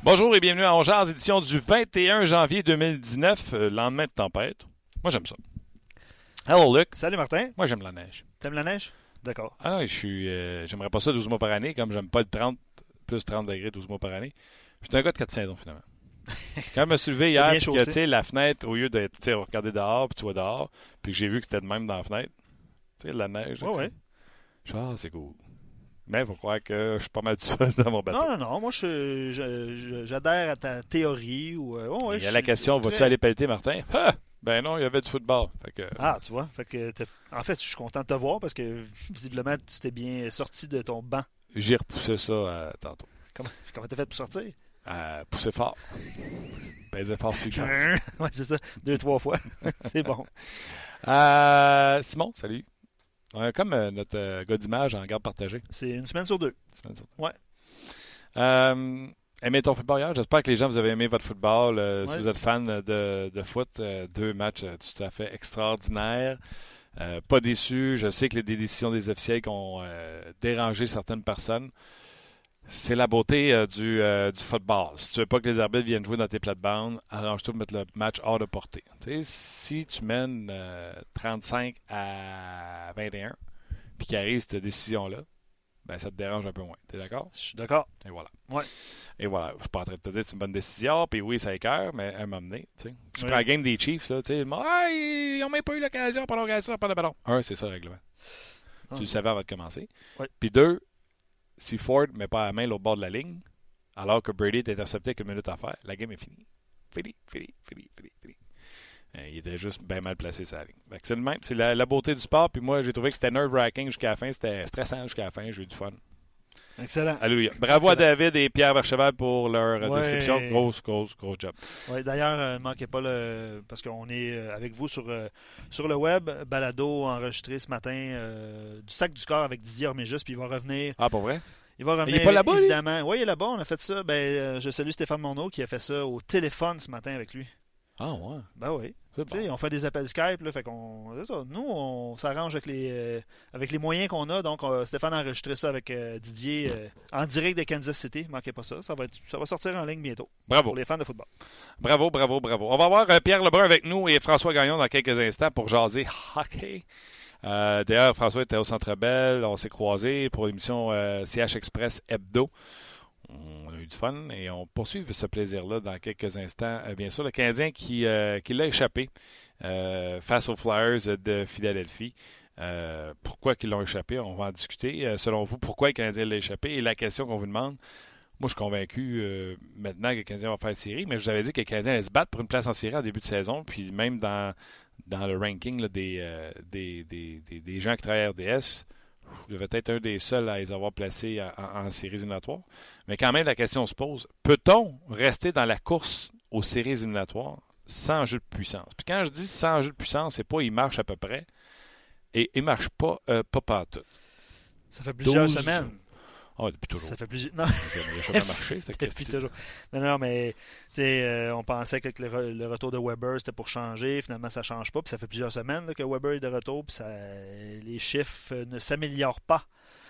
Bonjour et bienvenue à On Jase, édition du 21 janvier 2019, lendemain de tempête. Moi, j'aime ça. Hello, Luc. Salut, Martin. Moi, j'aime la neige. T'aimes la neige? D'accord. Ah oui, j'aimerais pas ça 12 mois par année, comme j'aime pas le 30, plus 30 degrés 12 mois par année. Je suis un gars de 4 saisons, finalement. Quand je me suis levé hier, puis que, tu sais, la fenêtre, au lieu de regarder dehors, puis tu vois dehors, puis que j'ai vu que c'était de même dans la fenêtre, tu sais, de la neige. Ouais. Je dis, c'est cool. Mais il faut croire que je suis pas mal tout seul dans mon bateau. Non. Moi, j'adhère à ta théorie. Il y a la question, vas-tu aller pelleter, Martin? Ah! Ben non, il y avait du football. Fait que... Ah, tu vois. En fait, je suis content de te voir parce que visiblement, tu t'es bien sorti de ton banc. J'ai repoussé ça tantôt. Comment t'as fait pour sortir? Pousser fort. Baiser fort si chance. Oui, c'est ça. 2-3 fois. C'est bon. Simon, salut. Comme notre gars d'image en garde partagée. C'est une semaine sur deux. Ouais. Aimez ton football hier? J'espère que les gens, vous avez aimé votre football. Si vous êtes fan de foot, 2 matchs tout à fait extraordinaires. Pas déçu. Je sais que les décisions des officiels qui ont dérangé certaines personnes. C'est la beauté du football. Si tu veux pas que les arbitres viennent jouer dans tes plates-bandes, arrange-toi de mettre le match hors de portée. T'sais, si tu mènes 35 à 21, puis qu'il arrive cette décision-là, ben ça te dérange un peu moins. T'es d'accord? Je suis d'accord. Et voilà. Ouais. Et voilà. Je suis pas en train de te dire que c'est une bonne décision, puis oui, ça écoeure, mais elle m'a amené. Je prends la game des Chiefs, là, ils n'ont même pas eu l'occasion pendant l'occasion par le ballon. Un, c'est ça le règlement. Tu le savais avant de commencer. Ouais. Puis 2, si Ford ne met pas la main l'autre bord de la ligne, alors que Brady est intercepté avec 1 minute à faire, la game est finie. Fini. Il était juste bien mal placé sa ligne. C'est le même. C'est la beauté du sport. Puis moi, j'ai trouvé que c'était nerve-wracking jusqu'à la fin. C'était stressant jusqu'à la fin. J'ai eu du fun. Excellent. Alléluia. Bravo à David et Pierre Vercheval pour leur description. Gros job. Oui, d'ailleurs, ne manquez pas parce qu'on est avec vous sur le web. Balado enregistré ce matin du Sac du Corps avec Didier Orméjus, puis il va revenir. Ah, pour vrai? Il va revenir. Il est pas là-bas, évidemment. Oui, il est là-bas. On a fait ça. Je salue Stéphane Monod qui a fait ça au téléphone ce matin avec lui. Ah, ouais. Ben oui. C'est bon. On fait des appels Skype. Là, fait qu'on, c'est ça. Nous, on s'arrange avec les moyens qu'on a. Donc, Stéphane a enregistré ça avec Didier en direct de Kansas City. Ne manquez pas ça. Ça va sortir en ligne bientôt. Bravo. Pour les fans de football. Bravo. On va avoir Pierre Lebrun avec nous et François Gagnon dans quelques instants pour jaser hockey. D'ailleurs, François était au Centre Bell. On s'est croisés pour l'émission CH Express Hebdo. On a eu du fun et on poursuit ce plaisir-là dans quelques instants. Bien sûr, le Canadien qui l'a échappé face aux Flyers de Philadelphie. Pourquoi ils l'ont échappé? On va en discuter. Selon vous, pourquoi le Canadien l'a échappé? Et la question qu'on vous demande, moi je suis convaincu maintenant que le Canadien va faire série, mais je vous avais dit que le Canadien allait se battre pour une place en série en début de saison, puis même dans le ranking là, des gens qui travaillent à RDS, je devais être un des seuls à les avoir placés en séries éliminatoires. Mais quand même, la question se pose, peut-on rester dans la course aux séries éliminatoires sans jeu de puissance? Puis quand je dis sans jeu de puissance, c'est pas il marche à peu près et il marche pas pantoute. Ça fait plusieurs semaines. Ah, depuis toujours. Ça fait plusieurs... Non. Il a jamais marché, depuis toujours. Non, mais on pensait que le retour de Weber, c'était pour changer. Finalement, ça ne change pas. Puis ça fait plusieurs semaines là, que Weber est de retour. Puis les chiffres ne s'améliorent pas.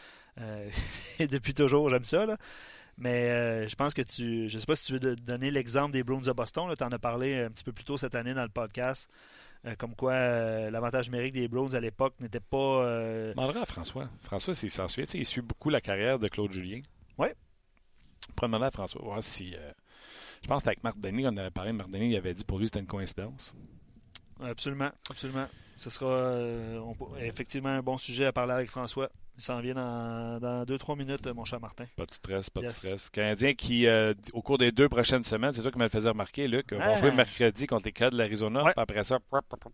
Depuis toujours, j'aime ça. Là. Mais je pense que je ne sais pas si tu veux donner l'exemple des Bruins de Boston. Tu en as parlé un petit peu plus tôt cette année dans le podcast. Comme quoi l'avantage numérique des Browns à l'époque n'était pas... Demandera à François. François, s'il s'en souvient, il suit beaucoup la carrière de Claude Julien. Oui. On pourrait demander à François voir si... je pense que avec Marc Denis, on avait parlé, Marc Denis, il avait dit pour lui c'était une coïncidence. Absolument. Ce sera effectivement un bon sujet à parler avec François. Il s'en vient dans 2-3 minutes, mon cher Martin. Pas de stress. Canadien qui, au cours des 2 prochaines semaines, c'est toi qui me le faisais remarquer, Luc, vont jouer mercredi contre les Coyotes de l'Arizona. Ouais. Puis après ça...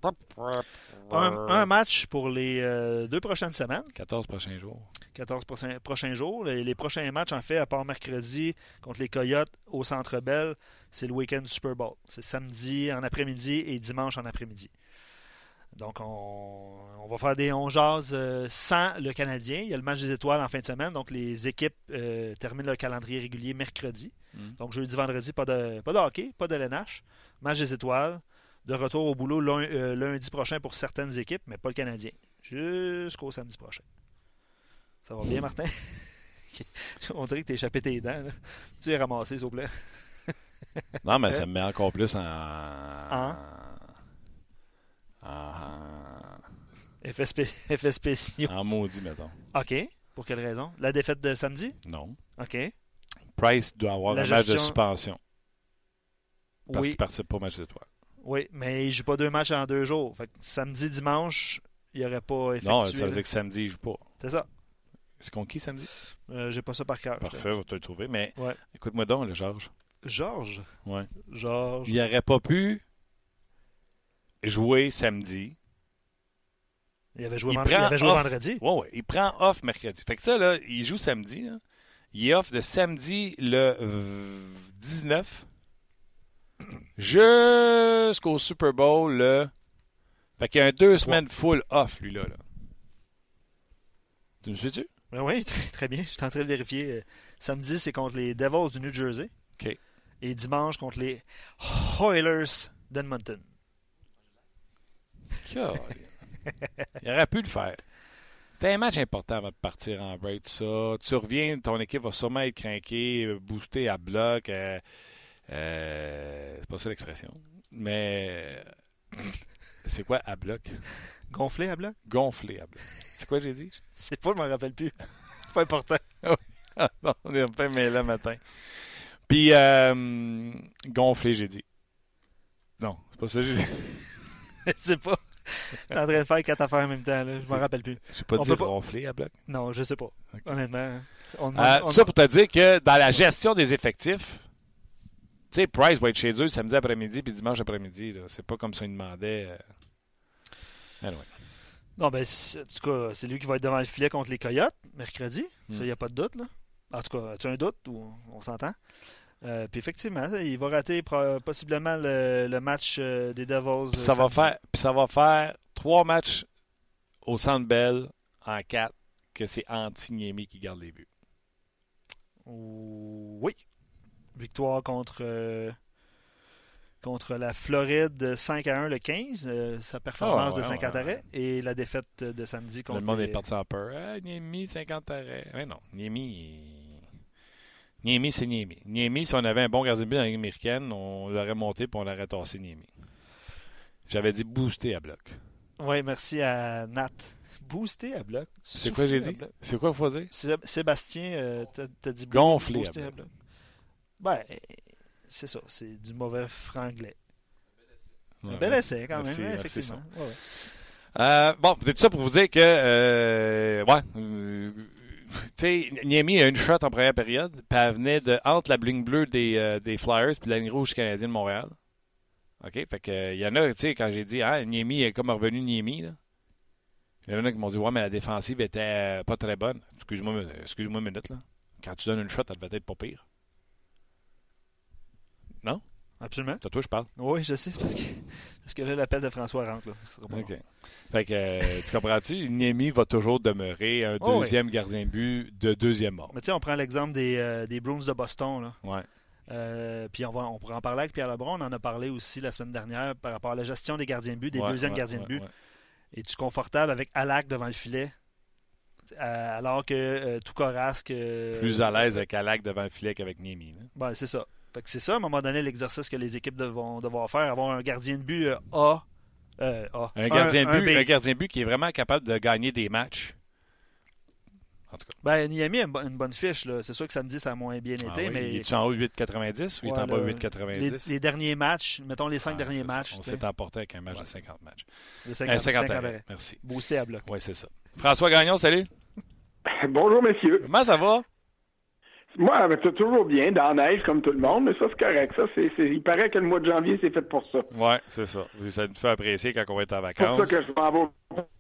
Un match pour les 2 prochaines semaines. 14 prochains jours. 14 prochains jours. Les prochains matchs, en fait, à part mercredi contre les Coyotes au Centre Bell, c'est le week-end du Super Bowl. C'est samedi en après-midi et dimanche en après-midi. Donc, on va faire des on jase sans le Canadien. Il y a le match des étoiles en fin de semaine. Donc, les équipes terminent leur calendrier régulier mercredi. Donc, jeudi, vendredi, pas de hockey, pas de LNH. Match des étoiles. De retour au boulot lundi prochain pour certaines équipes, mais pas le Canadien. Jusqu'au samedi prochain. Ça va bien, Martin? On dirait que tu as échappé tes dents. Là. Tu es ramassé, s'il vous plaît. Non, mais ça me met encore plus en Effets spéciaux. en maudit, mettons. OK. Pour quelle raison? La défaite de samedi? Non. OK. Price doit avoir La un match de gestion- suspension parce Oui. qu'il ne participe pas au match d'étoiles. Oui, mais il ne joue pas 2 matchs en 2 jours. Fait que samedi, dimanche, il n'aurait pas effectué. Non, ça veut là. dire que samedi, il ne joue pas. C'est ça. C'est contre qui samedi? J'ai pas ça par cœur. Parfait, je vais te le trouver. Mais Ouais. écoute-moi donc, le Georges. Georges. Ouais. Georges. Il n'aurait pas pu jouer samedi. Il avait joué, Il vendredi. prend Il avait joué off. vendredi. Ouais. Il prend off mercredi. Fait que ça, là, il joue samedi. Là. Il est off de samedi le 19 jusqu'au Super Bowl. Là. Fait qu'il y a un 2 semaines full off, lui, là. Tu me suis-tu? Ben oui, très bien. Je suis en train de vérifier. Samedi, c'est contre les Devils du New Jersey. OK. Et dimanche, contre les Oilers d'Edmonton. Il aurait pu le faire. C'était un match important avant de partir en break, tout ça. Tu reviens, ton équipe va sûrement être craquée, boostée à bloc. C'est pas ça l'expression. Mais c'est quoi à bloc? Gonflé à bloc? Gonflé à bloc. C'est quoi j'ai dit? Je sais pas, je m'en rappelle plus. C'est pas important. Non, on est un peu mêlé matin. Puis, gonflé, j'ai dit. Non, c'est pas ça que j'ai dit. Je sais pas. T'es en train de faire 4 affaires en même temps. Là. Je m'en rappelle plus. J'ai pas On dit peut pas- gonflé à bloc. Non, je sais pas. Ok. Honnêtement. On Tout ça pour te dire que dans la gestion des effectifs, tu sais, Price va être chez eux samedi après-midi puis dimanche après-midi. Là. C'est pas comme ça il demandait. Anyway. Non, ben, en tout cas, c'est lui qui va être devant le filet contre les Coyotes mercredi. Ça, il n'y a pas de doute. Là. En tout cas, as-tu un doute ou on s'entend? Puis effectivement, il va rater possiblement le match des Devils. Puis ça va faire 3 matchs au Centre Bell en 4 que c'est Anti-Niemi qui garde les buts. Oui. Victoire contre la Floride 5-1 le 15, sa performance de 50 arrêts, et la défaite de samedi contre Le monde est parti en peur. Ah, Niemi, 50 arrêts. Mais non, Niemi, c'est Niemi. Niemi, si on avait un bon gardien de but dans la Ligue américaine, on l'aurait monté et on l'aurait tassé Niemi. J'avais dit booster à bloc. Oui, merci à Nat. Booster à bloc. C'est quoi j'ai dit? C'est quoi il faut dire? Sébastien, t'as dit Gonflé booster à bloc. Ben, c'est ça. C'est du mauvais franglais. Un bel essai, quand Merci, même, merci, effectivement. Ouais. Bon, c'est tout ça pour vous dire que, tu sais, Niemi a une shot en première période, puis elle venait entre la ligne bleue des Flyers puis la ligne rouge canadienne de Montréal. OK? Fait que, il y en a, tu sais, quand j'ai dit, Niemi est comme revenu Niemi, là. Il y en a qui m'ont dit, ouais, mais la défensive était pas très bonne. Excuse-moi une minute, là. Quand tu donnes une shot, elle devait être pas pire. Non? Absolument. C'est à toi, je parle. Oui, je sais, c'est parce que là, l'appel de François rentre. Là. OK. Fait que, tu comprends-tu? Niemi va toujours demeurer un deuxième gardien de but de deuxième mort. Mais tu sais, on prend l'exemple des Bruins de Boston. Là. Ouais. Puis on pourrait en parler avec Pierre Lebron. On en a parlé aussi la semaine dernière par rapport à la gestion des gardiens de but, des deuxièmes gardiens de but. Ouais. Es-tu confortable avec Halak devant le filet? Alors que Toukarasque... Plus à l'aise avec Halak devant le filet qu'avec Niemi. Ben, c'est ça. Fait que c'est ça, à un moment donné, l'exercice que les équipes vont devoir faire, avoir un gardien de but A. Un gardien de B. but qui est vraiment capable de gagner des matchs. En tout cas. Ben, Niemi a une bonne fiche. Là. C'est sûr que samedi, ça a moins bien été. Mais il est-tu en haut 8,90 ou il est en bas 8,90? Les derniers matchs, mettons les 5 derniers matchs. On s'est emporté avec un match de 50 matchs. 50 arrêts. Merci. Boosté à bloc. Oui, c'est ça. François Gagnon, salut. Bonjour, messieurs. Comment ça va? Moi, c'est toujours bien, dans la neige, comme tout le monde, mais ça, c'est correct. Ça, il paraît que le mois de janvier, c'est fait pour ça. Oui, c'est ça. Ça nous fait apprécier quand on va être en vacances. C'est pour ça que je m'en vais.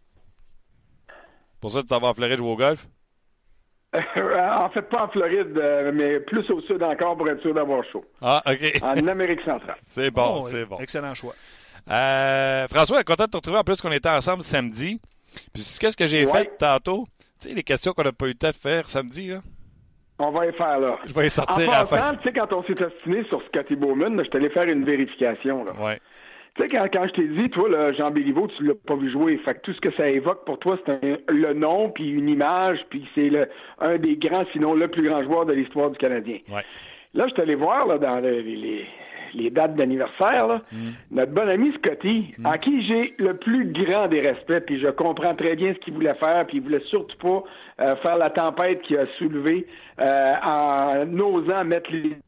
Pour ça, tu t'en vas en Floride jouer au golf? En fait, pas en Floride, mais plus au sud encore pour être sûr d'avoir chaud. Ah, OK. En Amérique centrale. C'est bon, c'est bon. Excellent choix. François, content de te retrouver. En plus, qu'on était ensemble samedi. Puis, qu'est-ce que j'ai fait tantôt? Tu sais, les questions qu'on n'a pas eu le temps de faire samedi, là? On va y faire, là. Je vais y sortir à la fin. Tu sais, quand on s'est ostiné sur Scotty Bowman, je t'allais faire une vérification, là. Ouais. Tu sais, quand je t'ai dit, toi, là, Jean Béliveau, tu l'as pas vu jouer. Fait que tout ce que ça évoque pour toi, c'est le nom, puis une image, puis c'est un des grands, sinon le plus grand joueur de l'histoire du Canadien. Ouais. là, je suis allé voir là, dans les dates d'anniversaire, là, notre bon ami Scotty, en qui j'ai le plus grand des respects, puis je comprends très bien ce qu'il voulait faire, puis il voulait surtout pas faire la tempête qu'il a soulevée en osant mettre les...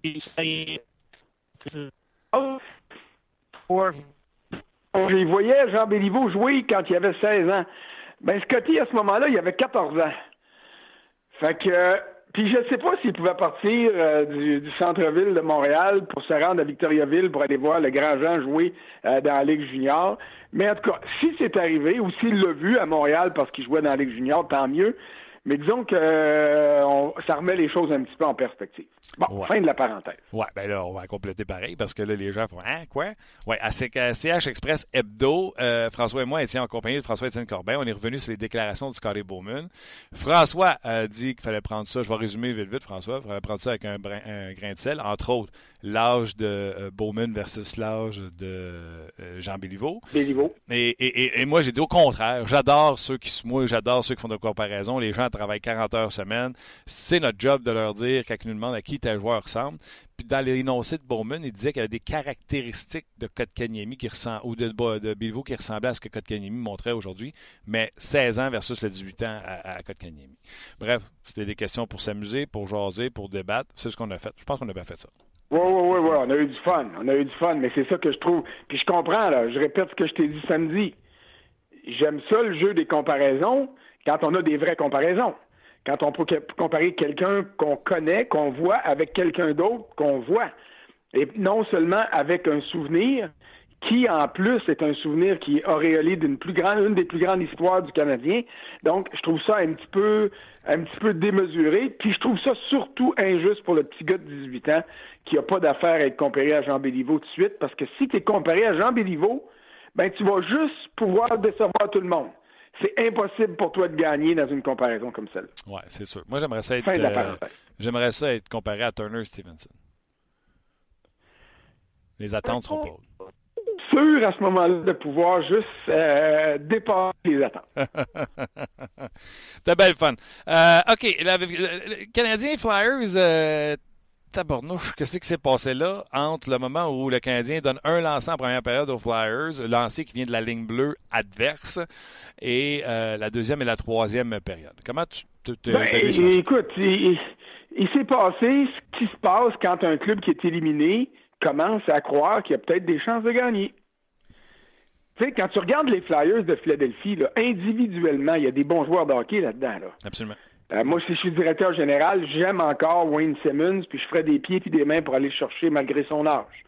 Je voyais Jean Béliveau jouer quand il avait 16 ans. Ben Scotty, à ce moment-là, il avait 14 ans. Fait que... Puis je sais pas s'il pouvait partir du centre-ville de Montréal pour se rendre à Victoriaville pour aller voir le grand Jean jouer dans la Ligue junior. Mais en tout cas, si c'est arrivé ou s'il l'a vu à Montréal parce qu'il jouait dans la Ligue junior, tant mieux. Mais disons que ça remet les choses un petit peu en perspective. Bon, fin de la parenthèse. Ouais, ben là, on va compléter pareil parce que là, les gens font « Hein, quoi? » Ouais, à CH Express Hebdo, François et moi étions en compagnie de François-Étienne Corbin. On est revenu sur les déclarations de Scotty Bowman. François a dit qu'il fallait prendre ça, je vais résumer vite, François, il fallait prendre ça avec un grain de sel. Entre autres, l'âge de Bowman versus l'âge de Jean Béliveau. Et moi, j'ai dit au contraire, j'adore ceux qui font de comparaison. Les gens travaillent 40 heures semaine. C'est notre job de leur dire quand ils nous demandent à qui tel joueur ressemble. Puis dans l'énoncé de Bowman, il disait qu'il y avait des caractéristiques de Kotkaniemi ou de Béliveau qui ressemblaient à ce que Kotkaniemi montrait aujourd'hui, mais 16 ans versus le 18 ans à Kotkaniemi. Bref, c'était des questions pour s'amuser, pour jaser, pour débattre. C'est ce qu'on a fait. Je pense qu'on a bien fait ça. Oui, on a eu du fun, mais c'est ça que je trouve. Puis je comprends, là, je répète ce que je t'ai dit samedi. J'aime ça, le jeu des comparaisons, quand on a des vraies comparaisons. Quand on peut comparer quelqu'un qu'on connaît, qu'on voit, avec quelqu'un d'autre qu'on voit. Et non seulement avec un souvenir qui, en plus, est un souvenir qui est auréolé une des plus grandes histoires du Canadien. Donc, je trouve ça un petit peu démesuré. Puis, je trouve ça surtout injuste pour le petit gars de 18 ans qui n'a pas d'affaire à être comparé à Jean Béliveau tout de suite. Parce que si tu es comparé à Jean Béliveau, ben tu vas juste pouvoir décevoir tout le monde. C'est impossible pour toi de gagner dans une comparaison comme celle-là. Oui, c'est sûr. Moi, j'aimerais ça être comparé à Turner Stevenson. Les attentes seront pas hautes. Sûr à ce moment-là de pouvoir juste dépasser les attentes. C'était belle fun. OK, le Canadien Flyers, tabarnouche, qu'est-ce qui s'est passé là entre le moment où le Canadien donne un lancer en première période aux Flyers, lancer qui vient de la ligne bleue adverse, et la deuxième et la troisième période? Comment tu écoute, il s'est passé ce qui se passe quand un club qui est éliminé commence à croire qu'il y a peut-être des chances de gagner. Tu sais, quand tu regardes les Flyers de Philadelphie, là, individuellement, il y a des bons joueurs de hockey là-dedans. Là. Absolument. Moi, si je suis directeur général, j'aime encore Wayne Simmons, puis je ferai des pieds et des mains pour aller le chercher malgré son âge.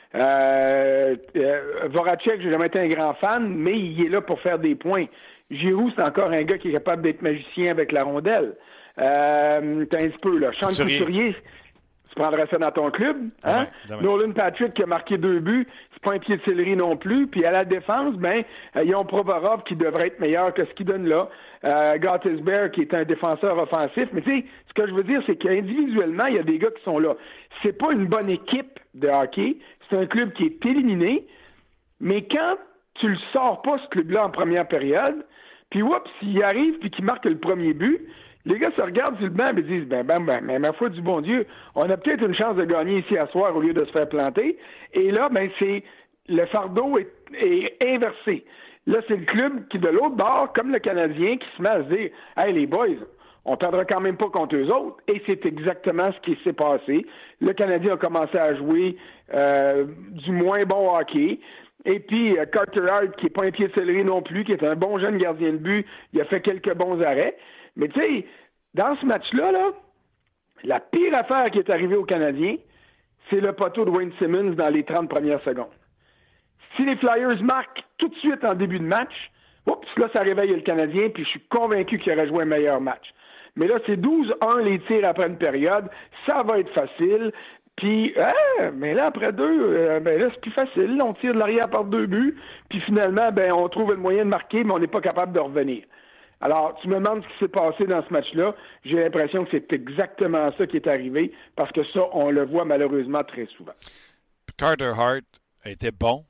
Voracek, j'ai jamais été un grand fan, mais il est là pour faire des points. Giroux, c'est encore un gars qui est capable d'être magicien avec la rondelle. T'as un petit peu, là. Sean Couturier, tu prendrais ça dans ton club, hein? Demain. Nolan Patrick qui a marqué 2 buts, c'est pas un pied de céleri non plus. Puis à la défense, ils ont Provorov qui devrait être meilleur que ce qu'il donne là. Gottisberg qui est un défenseur offensif. Mais tu sais, ce que je veux dire, c'est qu'individuellement, il y a des gars qui sont là. C'est pas une bonne équipe de hockey. C'est un club qui est éliminé. Mais quand tu le sors pas, ce club-là, en première période, puis s'il arrive puis qu'il marque le premier but, les gars se regardent sur le banc et disent mais ma foi du bon Dieu, on a peut-être une chance de gagner ici à soir au lieu de se faire planter. Et là, c'est le fardeau est inversé. Là, c'est le club qui, de l'autre bord, comme le Canadien, qui se met à se dire hey, les boys, on perdra quand même pas contre eux autres. Et c'est exactement ce qui s'est passé. Le Canadien a commencé à jouer du moins bon hockey. Et puis, Carter Hart, qui n'est pas un pied de céleri non plus, qui est un bon jeune gardien de but, il a fait quelques bons arrêts. Mais tu sais, dans ce match-là, la pire affaire qui est arrivée aux Canadiens, c'est le poteau de Wayne Simmons dans les 30 premières secondes. Si les Flyers marquent tout de suite en début de match, là, ça réveille le Canadien, puis je suis convaincu qu'il aurait joué un meilleur match. Mais là, c'est 12-1 les tirs après une période, ça va être facile. Puis, mais là, après 2, là, c'est plus facile. Là, on tire de l'arrière par 2 buts, puis finalement, on trouve le moyen de marquer, mais on n'est pas capable de revenir. Alors, tu me demandes ce qui s'est passé dans ce match-là. J'ai l'impression que c'est exactement ça qui est arrivé, parce que ça, on le voit malheureusement très souvent. Carter Hart a été bon.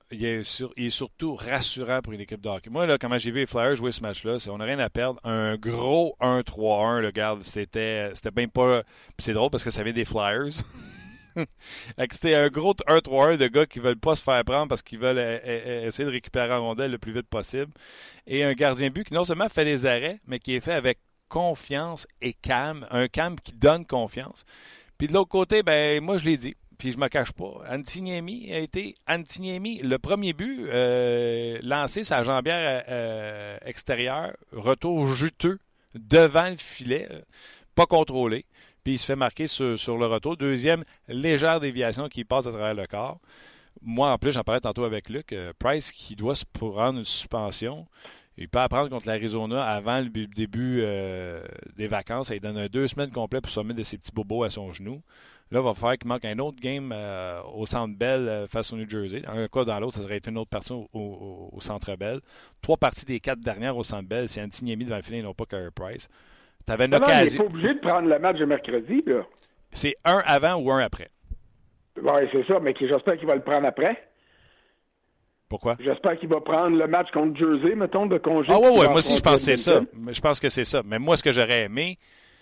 il est surtout rassurant pour une équipe de hockey. Moi, là, comment j'ai vu les Flyers jouer ce match-là, on n'a rien à perdre. Un gros 1-3-1, regarde, c'était bien pas... Puis c'est drôle parce que ça vient des Flyers. C'était un gros 1-3-1 de gars qui veulent pas se faire prendre parce qu'ils veulent essayer de récupérer la rondelle le plus vite possible. Et un gardien but qui non seulement fait des arrêts, mais qui est fait avec confiance et calme. Un calme qui donne confiance. Puis de l'autre côté, ben moi je l'ai dit. Puis je me cache pas. Antiniemi a été le premier but lancé sa jambière extérieure, retour juteux devant le filet, pas contrôlé. Puis il se fait marquer sur le retour. Deuxième, légère déviation qui passe à travers le corps. Moi, en plus, j'en parlais tantôt avec Luc, Price qui doit se prendre une suspension. Il peut apprendre contre l'Arizona avant le début des vacances. Il donne 2 semaines complètes pour se remettre de ses petits bobos à son genou. Là, il va falloir qu'il manque un autre game au Centre Bell face au New Jersey. Dans un cas, dans l'autre, ça serait été une autre partie au Centre Bell. 3 parties des 4 dernières au Centre Bell. C'est Antiniemi devant le filet et non pas Carey Price. T'avais une occasion. Il n'est pas obligé de prendre le match de mercredi, là. C'est un avant ou un après. Oui, c'est ça, mais j'espère qu'il va le prendre après. Pourquoi? J'espère qu'il va prendre le match contre Jersey, mettons, de congé. Ah oui, moi aussi, je pense que c'est ça. Je pense que c'est ça. Mais moi, ce que j'aurais aimé,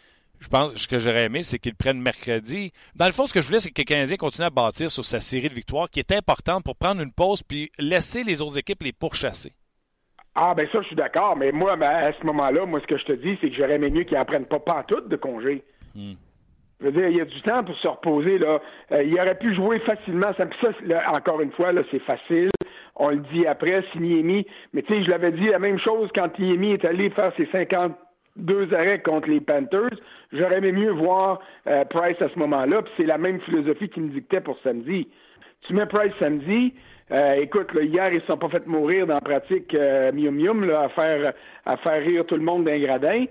c'est qu'ils prennent mercredi. Dans le fond, ce que je voulais, c'est que les Canadiens continuent à bâtir sur sa série de victoires, qui est importante pour prendre une pause puis laisser les autres équipes les pourchasser. Ah, ben ça, je suis d'accord. Mais moi, à ce moment-là, ce que je te dis, c'est que j'aurais aimé mieux qu'ils n'en prennent pas pantoute de congé. Je veux dire, il y a du temps pour se reposer, là. Il aurait pu jouer facilement. Ça, là, encore une fois, là, c'est facile. On le dit après, si Niemi... Mais tu sais, je l'avais dit la même chose quand Niemi est allé faire ses 52 arrêts contre les Panthers. J'aurais aimé mieux voir Price à ce moment-là. Puis c'est la même philosophie qui me dictait pour samedi. Tu mets Price samedi... écoute, là, hier, ils ne se sont pas fait mourir dans la pratique mium-mium là, à faire rire tout le monde d'un gradin.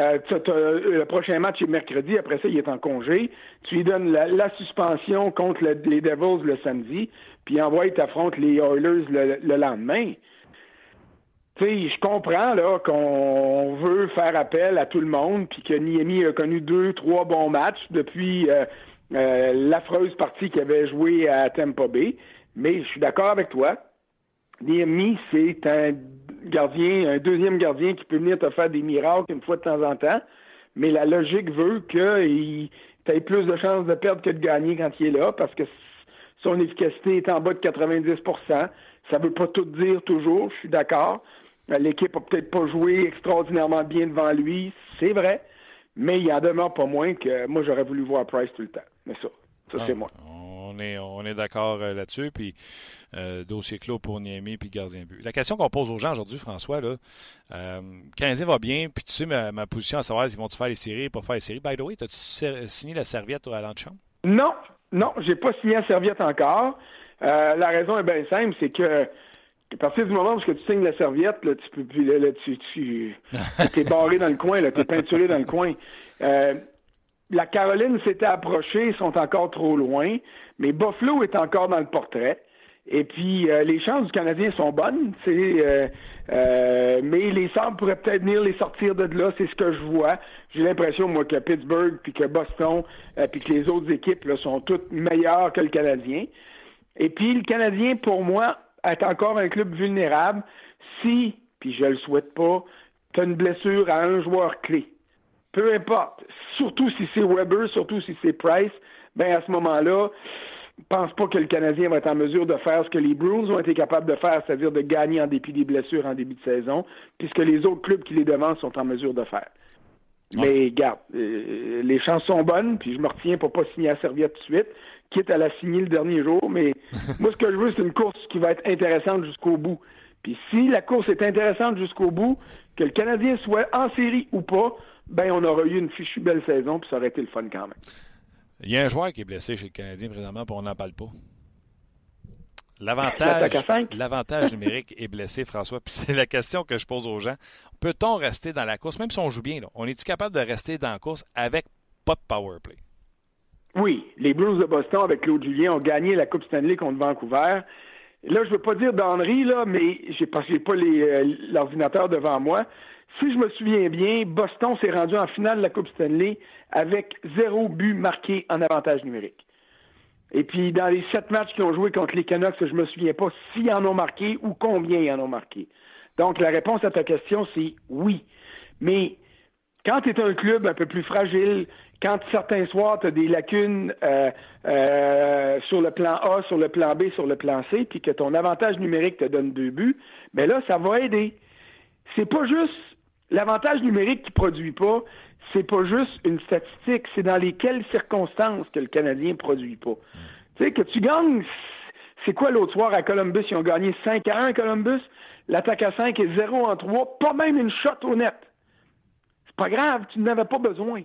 Le prochain match est mercredi, après ça, il est en congé. Tu lui donnes la suspension contre les Devils le samedi, puis envoie t'affrontes les Oilers le lendemain. Tu sais, je comprends là qu'on veut faire appel à tout le monde, puis que Niemi a connu 2-3 bons matchs depuis l'affreuse partie qu'il avait jouée à Tampa Bay. Mais je suis d'accord avec toi. Niemi, c'est un deuxième gardien qui peut venir te faire des miracles une fois de temps en temps. Mais la logique veut qu'il ait plus de chances de perdre que de gagner quand il est là, parce que son efficacité est en bas de 90%. Ça veut pas tout dire toujours, je suis d'accord. L'équipe a peut-être pas joué extraordinairement bien devant lui, c'est vrai. Mais il en demeure pas moins que moi, j'aurais voulu voir Price tout le temps. Mais ça c'est moi. On est d'accord là-dessus. Puis, dossier clos pour Niemi puis gardien but. La question qu'on pose aux gens aujourd'hui, François, là, Canadien va bien, puis tu sais ma position à savoir s'ils vont faire les séries, pas faire les séries. By the way, as-tu signé la serviette à l'antichambre? Non, j'ai pas signé la serviette encore. La raison est bien simple, c'est que à partir du moment où tu signes la serviette, là, tu peux plus, là, tu t'es barré dans le coin, là, t'es peinturé dans le coin. La Caroline s'était approchée, ils sont encore trop loin, mais Buffalo est encore dans le portrait. Et puis, les chances du Canadien sont bonnes, mais les Sabres pourraient peut-être venir les sortir de là, c'est ce que je vois. J'ai l'impression, moi, que Pittsburgh, puis que Boston, puis que les autres équipes là, sont toutes meilleures que le Canadien. Et puis, le Canadien, pour moi, est encore un club vulnérable si, puis je le souhaite pas, tu as une blessure à un joueur clé. Peu importe, surtout si c'est Weber, surtout si c'est Price, ben à ce moment-là, je pense pas que le Canadien va être en mesure de faire ce que les Bruins ont été capables de faire, c'est-à-dire de gagner en dépit des blessures en début de saison, puisque les autres clubs qui les devancent sont en mesure de faire. Mais regarde, les chances sont bonnes, puis je me retiens pour pas signer la serviette tout de suite, quitte à la signer le dernier jour, mais moi ce que je veux, c'est une course qui va être intéressante jusqu'au bout. Puis si la course est intéressante jusqu'au bout, que le Canadien soit en série ou pas, ben on aurait eu une fichue belle saison, puis ça aurait été le fun quand même. Il y a un joueur qui est blessé chez le Canadien présentement, puis on n'en parle pas. L'avantage numérique est blessé, François. Puis c'est la question que je pose aux gens. Peut-on rester dans la course, même si on joue bien, là, on est-tu capable de rester dans la course avec pas de power play? Oui, les Blues de Boston avec Claude Julien ont gagné la Coupe Stanley contre Vancouver. Là, je veux pas dire d'Henry, là, mais j'ai pas l'ordinateur devant moi. Si je me souviens bien, Boston s'est rendu en finale de la Coupe Stanley avec 0 but marqué en avantage numérique. Et puis, dans les 7 matchs qu'ils ont joué contre les Canucks, je me souviens pas s'ils en ont marqué ou combien ils en ont marqué. Donc, la réponse à ta question, c'est oui. Mais quand tu es un club un peu plus fragile, quand certains soirs, tu as des lacunes sur le plan A, sur le plan B, sur le plan C, puis que ton avantage numérique te donne 2 buts, bien là, ça va aider. C'est pas juste l'avantage numérique qui produit pas, c'est pas juste une statistique, c'est dans lesquelles circonstances que le Canadien produit pas. Tu sais, que tu gagnes, c'est quoi l'autre soir à Columbus? Ils ont gagné 5-1 à Columbus, l'attaque à 5 est 0-3, pas même une shot au net. C'est pas grave, tu n'avais pas besoin.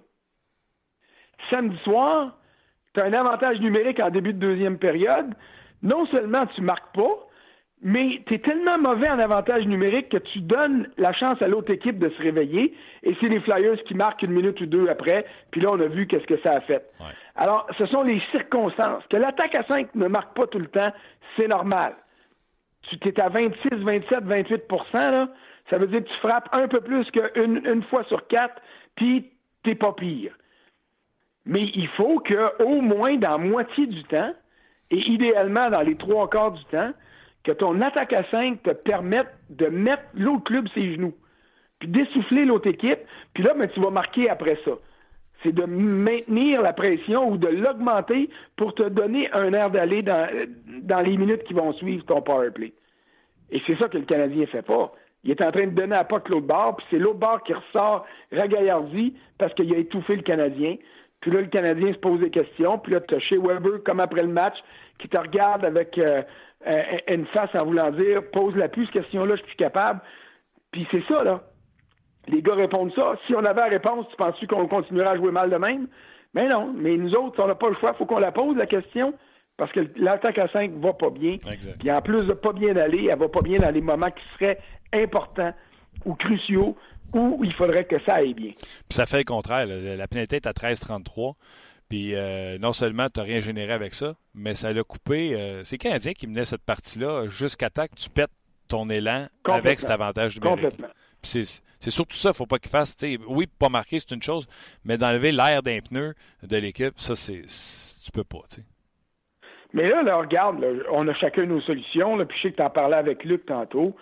Samedi soir, tu as un avantage numérique en début de deuxième période. Non seulement tu marques pas, mais tu es tellement mauvais en avantage numérique que tu donnes la chance à l'autre équipe de se réveiller, et c'est les Flyers qui marquent 1 minute ou 2 après, puis là, on a vu qu'est-ce que ça a fait. Ouais. Alors, ce sont les circonstances. Que l'attaque à 5 ne marque pas tout le temps, c'est normal. Tu t'es à 26, 27, 28 % là, ça veut dire que tu frappes un peu plus qu'une fois sur 4, puis t'es pas pire. Mais il faut qu'au moins dans la moitié du temps, et idéalement dans les 3/4 du temps, que ton attaque à 5 te permette de mettre l'autre club ses genoux, puis d'essouffler l'autre équipe, puis là, ben, tu vas marquer après ça. C'est de maintenir la pression ou de l'augmenter pour te donner un air d'aller dans les minutes qui vont suivre ton power play. Et c'est ça que le Canadien fait pas. Il est en train de donner à POC l'autre bord, puis c'est l'autre bord qui ressort ragaillardi parce qu'il a étouffé le Canadien. Puis là, le Canadien se pose des questions. Puis là, tu as Shea Weber, comme après le match, qui te regarde avec une face en voulant dire « Pose-la plus, cette question-là, je suis plus capable. » Puis c'est ça, là. Les gars répondent ça. Si on avait la réponse, tu penses-tu qu'on continuerait à jouer mal de même? Mais non. Mais nous autres, on n'a pas le choix. Il faut qu'on la pose, la question, parce que l'attaque à 5 va pas bien. Exact. Puis en plus de pas bien aller, elle va pas bien dans les moments qui seraient importants ou cruciaux, où il faudrait que ça aille bien. Puis ça fait le contraire. La pénalité est à 13-33. Puis non seulement tu n'as rien généré avec ça, mais ça l'a coupé. C'est le Canadien qui menait cette partie-là jusqu'à temps que tu pètes ton élan avec cet avantage numérique. Complètement. Puis c'est surtout ça, il ne faut pas qu'il fasse. Oui, pas marquer, c'est une chose, mais d'enlever l'air d'un pneu de l'équipe, ça, tu peux pas. T'sais. Mais là regarde, là, on a chacun nos solutions. Là, puis je sais que tu en parlais avec Luc tantôt.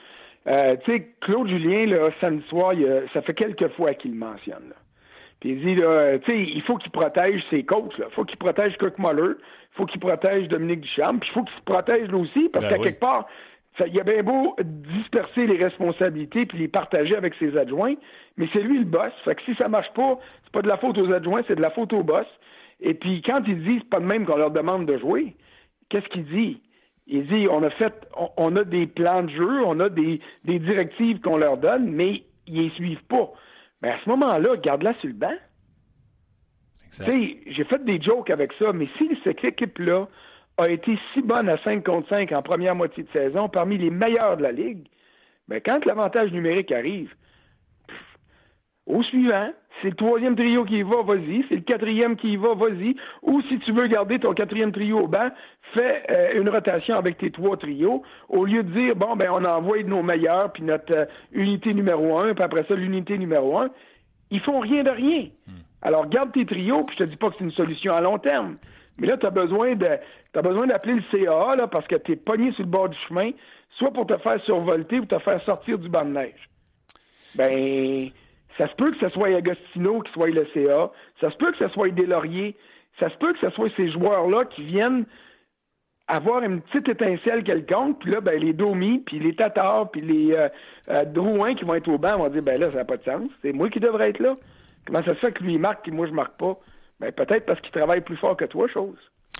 Claude Julien, là, samedi soir, ça fait quelques fois qu'il le mentionne. Là. Puis il dit, là, il faut qu'il protège ses coachs. Il faut qu'il protège Kirk Muller. Il faut qu'il protège Dominique Ducharme. Puis il faut qu'il se protège lui aussi, parce qu'à quelque part, il a bien beau disperser les responsabilités puis les partager avec ses adjoints, mais c'est lui le boss. Fait que si ça marche pas, c'est pas de la faute aux adjoints, c'est de la faute au boss. Et puis quand il dit c'est pas de même qu'on leur demande de jouer, qu'est-ce qu'il dit? Il dit on a des plans de jeu, on a des directives qu'on leur donne, mais ils les suivent pas. Mais à ce moment-là, garde-la sur le banc. Tu sais, j'ai fait des jokes avec ça, mais si cette équipe-là a été si bonne à 5 contre 5 en première moitié de saison, parmi les meilleurs de la Ligue, bien, quand l'avantage numérique arrive, au suivant, c'est le 3e trio qui y va, vas-y. C'est le 4e qui y va, vas-y. Ou si tu veux garder ton 4e trio au banc, fais une rotation avec tes 3 trios, au lieu de dire, bon, ben on envoie de nos meilleurs, puis notre unité numéro 1, puis après ça, l'unité numéro 1. Ils font rien de rien. Alors, garde tes trios, puis je te dis pas que c'est une solution à long terme. Mais là, tu as besoin d'appeler le CAA, là, parce que tu es pogné sur le bord du chemin, soit pour te faire survolter ou te faire sortir du banc de neige. Ben, ça se peut que ce soit Agostino qui soit le CA, ça se peut que ce soit Deslauriers, ça se peut que ce soit ces joueurs-là qui viennent avoir une petite étincelle quelconque, puis là, ben, les Domi, puis les Tatars, puis les Drouin qui vont être au banc vont dire, ben là, ça n'a pas de sens, c'est moi qui devrais être là. Comment ça se fait que lui, il marque, puis moi, je marque pas? Ben, peut-être parce qu'il travaille plus fort que toi, chose.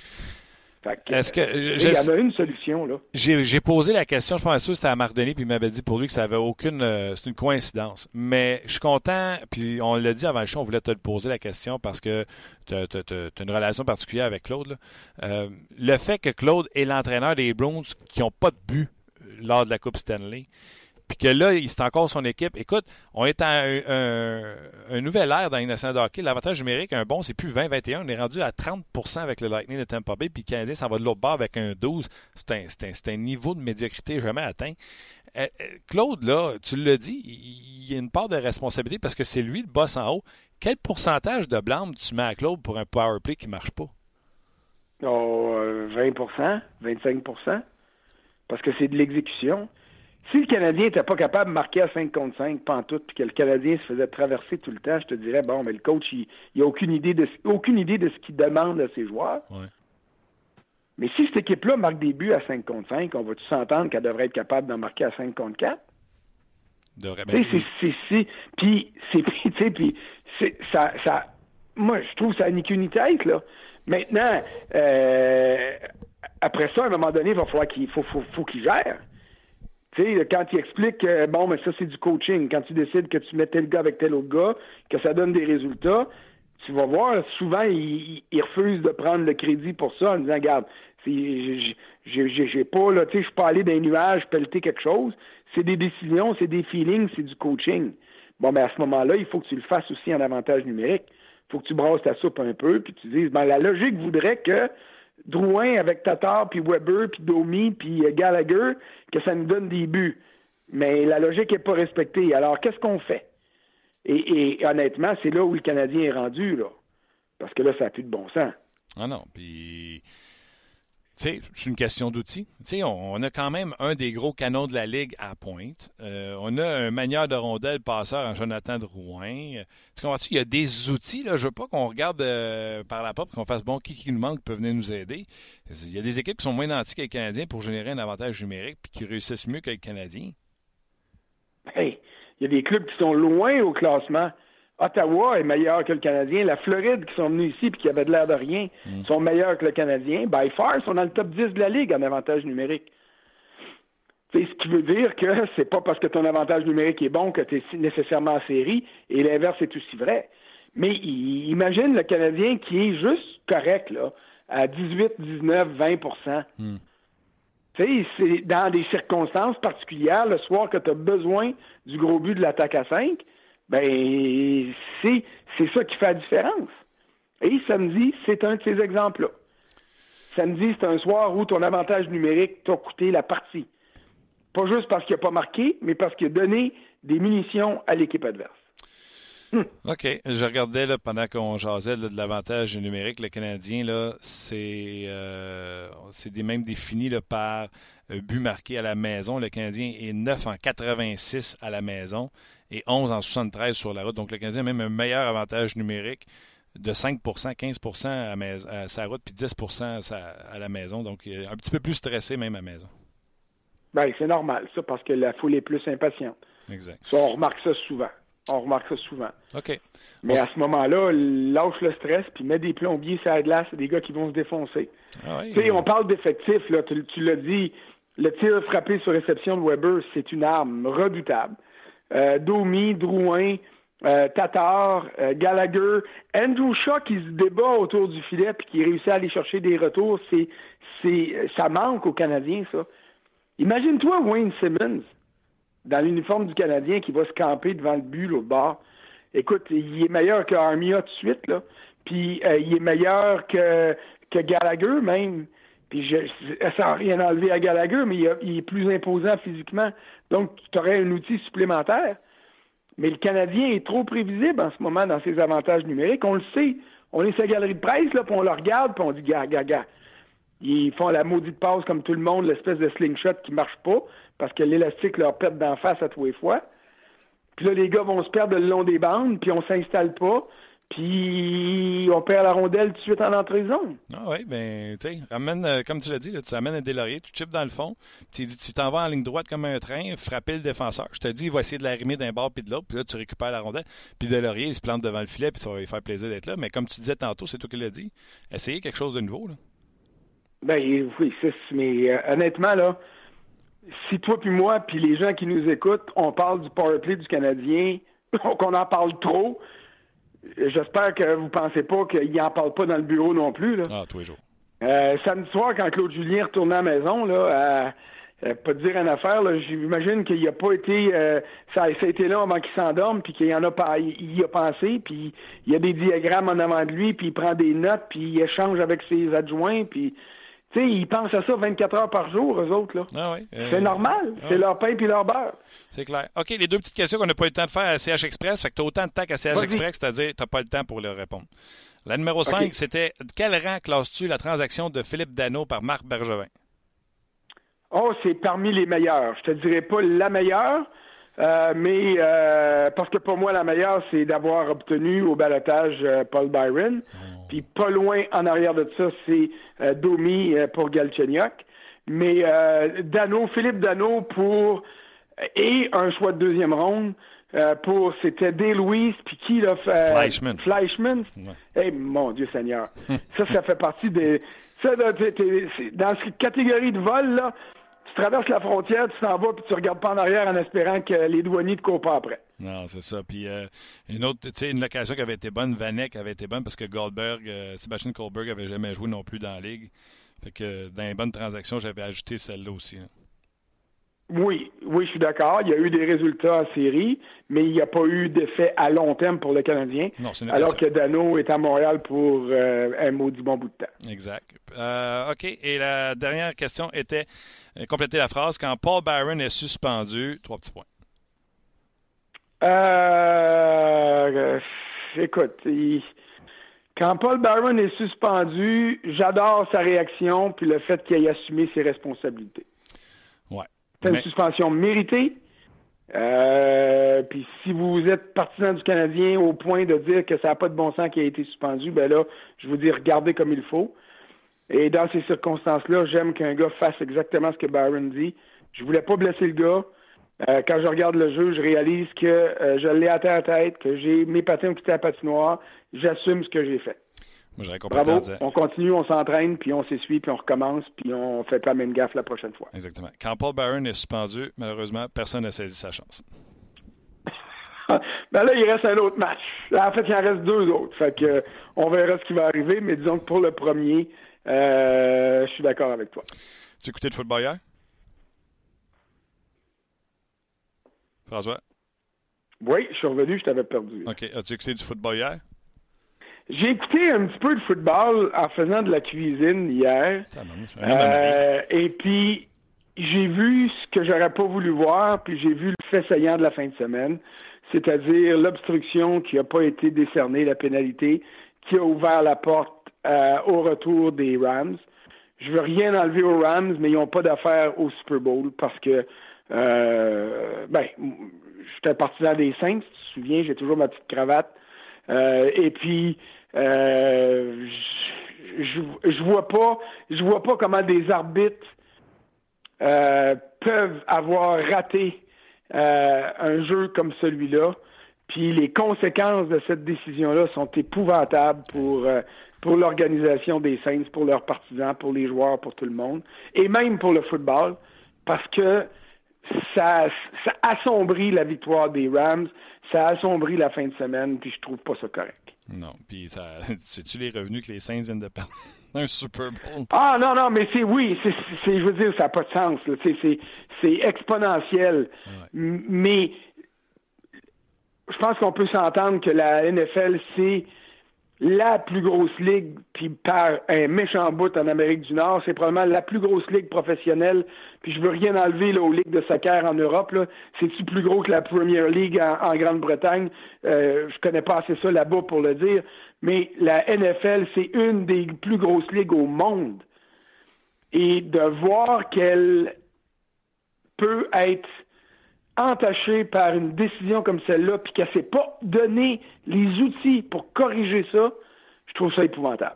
Est-ce que il y en a une solution, là. J'ai posé la question, je pense que c'était à Marc Denis, puis il m'avait dit pour lui que ça avait aucune... c'est une coïncidence. Mais je suis content, puis on l'a dit avant le show, on voulait te le poser la question parce que tu as une relation particulière avec Claude. Là. Le fait que Claude est l'entraîneur des Bruins qui n'ont pas de but lors de la Coupe Stanley, puis que là, c'est encore son équipe. Écoute, on est à un nouvel ère dans les nationales de hockey. L'avantage numérique, un bon, c'est plus 20-21. On est rendu à 30% avec le Lightning de Tampa Bay, puis le Canadien s'en va de l'autre bord avec un 12. C'est un niveau de médiocrité jamais atteint. Claude, là, tu l'as dit, il y a une part de responsabilité parce que c'est lui le boss en haut. Quel pourcentage de blâme tu mets à Claude pour un power play qui ne marche pas? Oh, 20 25 parce que c'est de l'exécution. Si le Canadien n'était pas capable de marquer à 5 contre 5, pantoute, puis que le Canadien se faisait traverser tout le temps, je te dirais, bon, mais le coach, il n'a aucune idée de ce qu'il demande à ses joueurs. Ouais. Mais si cette équipe-là marque des buts à 5 contre 5, on va-tu s'entendre qu'elle devrait être capable d'en marquer à 5 contre 4? Moi, je trouve que ça n'a ni qu'une tête, là. Maintenant, après ça, à un moment donné, il va falloir qu'il gère. Tu sais, quand il explique mais ça, c'est du coaching. Quand tu décides que tu mets tel gars avec tel autre gars, que ça donne des résultats, tu vas voir, souvent, il refuse de prendre le crédit pour ça en disant, regarde, j'ai pas, là, tu sais, je suis pas allé dans les nuages pelleter quelque chose. C'est des décisions, c'est des feelings, c'est du coaching. Bon, ben à ce moment-là, il faut que tu le fasses aussi en avantage numérique. Il faut que tu brasses ta soupe un peu, puis tu dises, la logique voudrait que Drouin avec Tatar, puis Weber, puis Domi, puis Gallagher, que ça nous donne des buts. Mais la logique n'est pas respectée. Alors, qu'est-ce qu'on fait? Et honnêtement, c'est là où le Canadien est rendu, là. Parce que là, ça n'a plus de bon sens. Ah non, puis... Tu sais, c'est une question d'outils. Tu sais, on a quand même un des gros canons de la Ligue à pointe. On a un manieur de rondelle passeur en Jonathan Drouin. Tu comprends-tu? Il y a des outils. Là. Je veux pas qu'on regarde par la porte et qu'on fasse qui nous manque peut venir nous aider. Il y a des équipes qui sont moins nantis que les Canadiens pour générer un avantage numérique et qui réussissent mieux que les Canadiens. Hey, il y a des clubs qui sont loin au classement. Ottawa est meilleur que le Canadien. La Floride, qui sont venus ici et qui avaient de l'air de rien, sont meilleurs que le Canadien. By far, sont dans le top 10 de la Ligue en avantage numérique. C'est ce qui veut dire que c'est pas parce que ton avantage numérique est bon que tu es nécessairement en série, et l'inverse est aussi vrai. Mais imagine le Canadien qui est juste correct, là, à 18, 19, 20 Tu sais, c'est dans des circonstances particulières, le soir que tu as besoin du gros but de l'attaque à 5, ben, c'est ça qui fait la différence. Et samedi, c'est un de ces exemples-là. Samedi, c'est un soir où ton avantage numérique t'a coûté la partie. Pas juste parce qu'il n'a pas marqué, mais parce qu'il a donné des munitions à l'équipe adverse. OK. Je regardais là, pendant qu'on jasait là, de l'avantage numérique. Le Canadien, là, c'est même défini là, par but marqué à la maison. Le Canadien est 9 en 86 à la maison et 11 en 73 sur la route. Donc, le Canadien a même un meilleur avantage numérique de 5 15 à sa route, puis 10 à la maison. Donc, un petit peu plus stressé même à la maison. Bien, c'est normal, ça, parce que la foule est plus impatiente. Exact. Ça, on remarque ça souvent. OK. Mais à ce moment-là, lâche le stress, puis mets des plombiers sur la glace, c'est des gars qui vont se défoncer. Ah oui, tu sais, on parle d'effectifs, là, tu l'as dit, le tir frappé sur réception de Weber, c'est une arme redoutable. Domi, Drouin, Tatar, Gallagher, Andrew Shaw qui se débat autour du filet puis qui réussit à aller chercher des retours, ça manque aux Canadiens, ça. Imagine-toi Wayne Simmons dans l'uniforme du Canadien qui va se camper devant le but, l'autre bord. Écoute, il est meilleur que Armia tout de suite, là. Puis il est meilleur que Gallagher, même. Puis sans rien enlever à Gallagher, mais il est plus imposant physiquement. Donc, tu aurais un outil supplémentaire. Mais le Canadien est trop prévisible en ce moment dans ses avantages numériques. On le sait. On est sa galerie de presse, là, puis on le regarde, puis on dit, gars. Ils font la maudite passe comme tout le monde, l'espèce de slingshot qui marche pas, parce que l'élastique leur pète d'en face à tous les fois. Puis là, les gars vont se perdre le long des bandes, puis on s'installe pas, puis on perd la rondelle tout de suite en entrée de zone. Ah oui, bien, tu sais, ramène, comme tu l'as dit, là, tu amènes un Deslauriers, tu chips dans le fond, tu t'en vas en ligne droite comme un train, frapper le défenseur. Je te dis, il va essayer de l'arrimer d'un bord puis de l'autre, puis là, tu récupères la rondelle, puis Deslauriers, il se plante devant le filet, puis ça va lui faire plaisir d'être là. Mais comme tu disais tantôt, c'est toi qui l'as dit, essayez quelque chose de nouveau, là. Ben oui, mais honnêtement, là, si toi puis moi, puis les gens qui nous écoutent, on parle du powerplay du Canadien, qu'on en parle trop, j'espère que vous pensez pas qu'il n'en parle pas dans le bureau non plus, là. Ah, tous les jours. Samedi soir, quand Claude Julien retournait à la maison, là, pas te dire une affaire, là, j'imagine qu'il n'a pas été... ça a été là avant qu'il s'endorme, puis qu'il y a pensé, puis il y a des diagrammes en avant de lui, puis il prend des notes, puis il échange avec ses adjoints, puis... Tu sais, ils pensent à ça 24 heures par jour, eux autres, là. Ah oui, c'est normal. C'est leur pain puis leur beurre. C'est clair. OK, les deux petites questions qu'on n'a pas eu le temps de faire à CH Express. Fait que tu as autant de temps qu'à CH Express, c'est-à-dire que tu n'as pas le temps pour leur répondre. La numéro 5, c'était quel rang classes-tu la transaction de Philippe Danault par Marc Bergevin? Oh, c'est parmi les meilleurs. Je te dirais pas la meilleure, mais parce que pour moi, la meilleure, c'est d'avoir obtenu au ballottage Paul Byron. Puis pas loin en arrière de ça, c'est Domi pour Galchenyuk. Mais Philippe Danault et un choix de deuxième ronde c'était Dale Louise, puis qui l'a fait? Fleischmann. Ouais. Mon Dieu Seigneur. ça fait partie des... Ça, dans cette catégorie de vol, là, tu traverses la frontière, tu t'en vas, puis tu regardes pas en arrière en espérant que les douaniers te courent pas après. Non, c'est ça. Puis une location qui avait été bonne, Vanek avait été bonne parce que Sebastian Goldberg avait jamais joué non plus dans la Ligue. Fait que dans les bonnes transactions, j'avais ajouté celle-là aussi. Hein. Oui, je suis d'accord. Il y a eu des résultats en série, mais il n'y a pas eu d'effet à long terme pour le Canadien. Non, c'est alors que Danault est à Montréal pour un maudit bon bout de temps. Exact. OK. Et la dernière question était compléter la phrase. Quand Paul Byron est suspendu, 3 petits points. Écoute, quand Paul Byron est suspendu, j'adore sa réaction puis le fait qu'il ait assumé ses responsabilités. Ouais. C'est une suspension méritée. Puis si vous êtes partisan du Canadien au point de dire que ça n'a pas de bon sens qui a été suspendu, ben là, je vous dis, regardez comme il faut. Et dans ces circonstances-là, j'aime qu'un gars fasse exactement ce que Byron dit. Je voulais pas blesser le gars. Quand je regarde le jeu, je réalise que je l'ai à tête, que mes patins ont quitté la patinoire. J'assume ce que j'ai fait. Moi, j'aurais bravo, on continue, on s'entraîne, puis on s'essuie, puis on recommence, puis on fait pas la même gaffe la prochaine fois. Exactement. Quand Paul Byron est suspendu, malheureusement, personne n'a saisi sa chance. Ben là, il reste un autre match. En fait, il en reste 2 autres. Fait que on verra ce qui va arriver, mais disons que pour le premier, je suis d'accord avec toi. Tu as écouté le football hier? François? Oui, je suis revenu, je t'avais perdu. OK. As-tu écouté du football hier? J'ai écouté un petit peu de football en faisant de la cuisine hier. Et puis, j'ai vu ce que j'aurais pas voulu voir, puis j'ai vu le fait saillant de la fin de semaine, c'est-à-dire l'obstruction qui n'a pas été décernée, la pénalité, qui a ouvert la porte au retour des Rams. Je veux rien enlever aux Rams, mais ils n'ont pas d'affaire au Super Bowl parce que j'étais partisan des Saints, tu te souviens, j'ai toujours ma petite cravate. Et puis je vois pas comment des arbitres peuvent avoir raté un jeu comme celui-là. Puis les conséquences de cette décision-là sont épouvantables pour l'organisation des Saints, pour leurs partisans, pour les joueurs, pour tout le monde, et même pour le football, parce que ça assombrit la victoire des Rams, ça assombrit la fin de semaine, puis je trouve pas ça correct. Non, puis sais-tu les revenus que les Saints viennent de perdre un Super Bowl? Ah non, mais je veux dire, ça n'a pas de sens. Là. C'est exponentiel. Ouais. Mais je pense qu'on peut s'entendre que la NFL, c'est la plus grosse ligue, puis par un méchant bout en Amérique du Nord, c'est probablement la plus grosse ligue professionnelle, puis je veux rien enlever là, aux ligues de soccer en Europe, là. C'est-tu plus gros que la Premier League en Grande-Bretagne? Je connais pas assez ça là-bas pour le dire, mais la NFL, c'est une des plus grosses ligues au monde. Et de voir qu'elle peut être entachée par une décision comme celle-là, puis qu'elle ne s'est pas donné les outils pour corriger ça, je trouve ça épouvantable.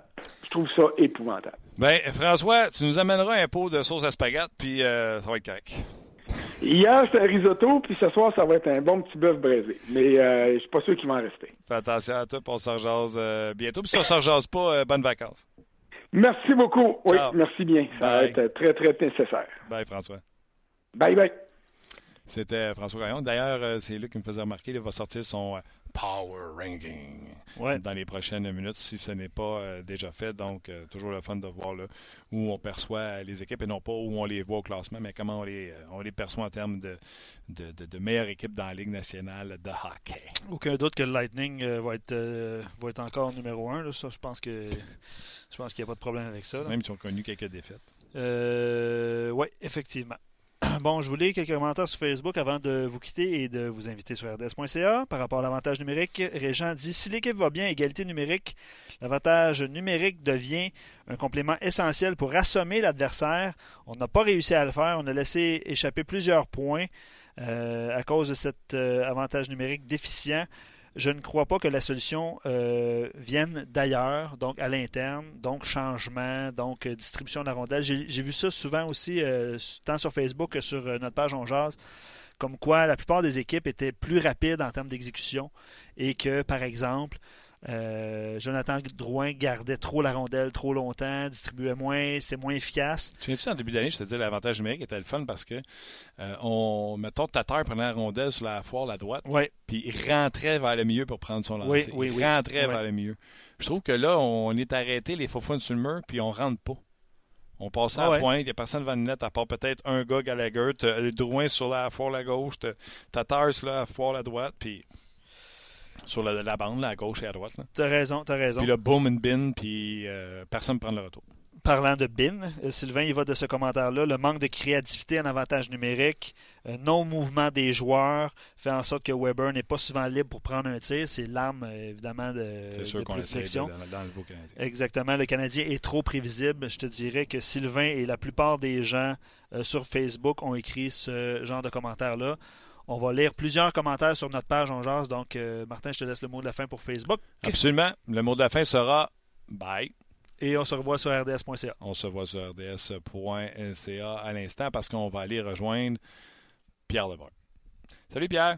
Ben, François, tu nous amèneras un pot de sauce à spaghette, puis ça va être correct. Hier, c'était un risotto, puis ce soir, ça va être un bon petit bœuf braisé. Mais je suis pas sûr qu'il va en rester. Fais attention à toi, puis on s'en rejase bientôt. Puis si on s'en rejase pas, bonnes vacances. Merci beaucoup. Oui, ciao. Merci bien. Ça va être très, très nécessaire. Bye, François. Bye. C'était François Gagnon. D'ailleurs, c'est lui qui me faisait remarquer, il va sortir son Power Ranking dans les prochaines minutes, si ce n'est pas déjà fait. Donc, toujours le fun de voir là, où on perçoit les équipes, et non pas où on les voit au classement, mais comment on les perçoit en termes de meilleure équipe dans la Ligue nationale de hockey. Aucun doute que le Lightning va être encore numéro 1. Là. Ça, je pense qu'il n'y a pas de problème avec ça. Là. Même s'ils ont connu quelques défaites. Oui, effectivement. Bon, je vous lis quelques commentaires sur Facebook avant de vous quitter et de vous inviter sur rds.ca. Par rapport à l'avantage numérique, Régent dit « Si l'équipe va bien, égalité numérique, l'avantage numérique devient un complément essentiel pour assommer l'adversaire. On n'a pas réussi à le faire. On a laissé échapper plusieurs points à cause de cet avantage numérique déficient. Je ne crois pas que la solution vienne d'ailleurs, donc à l'interne, donc changement, donc distribution de la rondelle. J'ai vu ça souvent aussi, tant sur Facebook que sur notre page On Jase, comme quoi la plupart des équipes étaient plus rapides en termes d'exécution et que, par exemple, Jonathan Drouin gardait trop la rondelle trop longtemps, distribuait moins, c'est moins efficace. Tu viens-tu en début d'année, je te dis, l'avantage numérique était le fun parce que, mettons, Tatar prenait la rondelle sur la foire, la droite, puis il rentrait vers le milieu pour prendre son lancer. Il rentrait vers le milieu. Je trouve que là, on est arrêté les faux fun sur le mur, puis on rentre pas. On passait à la pointe, il n'y a personne devant le net, à part peut-être un gars Gallagher, Drouin sur la foire, la gauche, Tatar sur la foire, la droite, puis... sur la bande, là, à gauche et à droite. T'as raison. Puis là, boom and bin, puis personne ne prend le retour. Parlant de bin, Sylvain, il va de ce commentaire-là. Le manque de créativité en avantage numérique, non-mouvement des joueurs, fait en sorte que Weber n'est pas souvent libre pour prendre un tir. C'est l'arme, évidemment, de prédilection. Dans le niveau canadien. Exactement. Le Canadien est trop prévisible. Je te dirais que Sylvain et la plupart des gens sur Facebook ont écrit ce genre de commentaires-là. On va lire plusieurs commentaires sur notre page On Jase. Donc, Martin, je te laisse le mot de la fin pour Facebook. Absolument. Le mot de la fin sera « bye ». Et on se revoit sur rds.ca. On se voit sur rds.ca à l'instant parce qu'on va aller rejoindre Pierre Lebrun. Salut Pierre.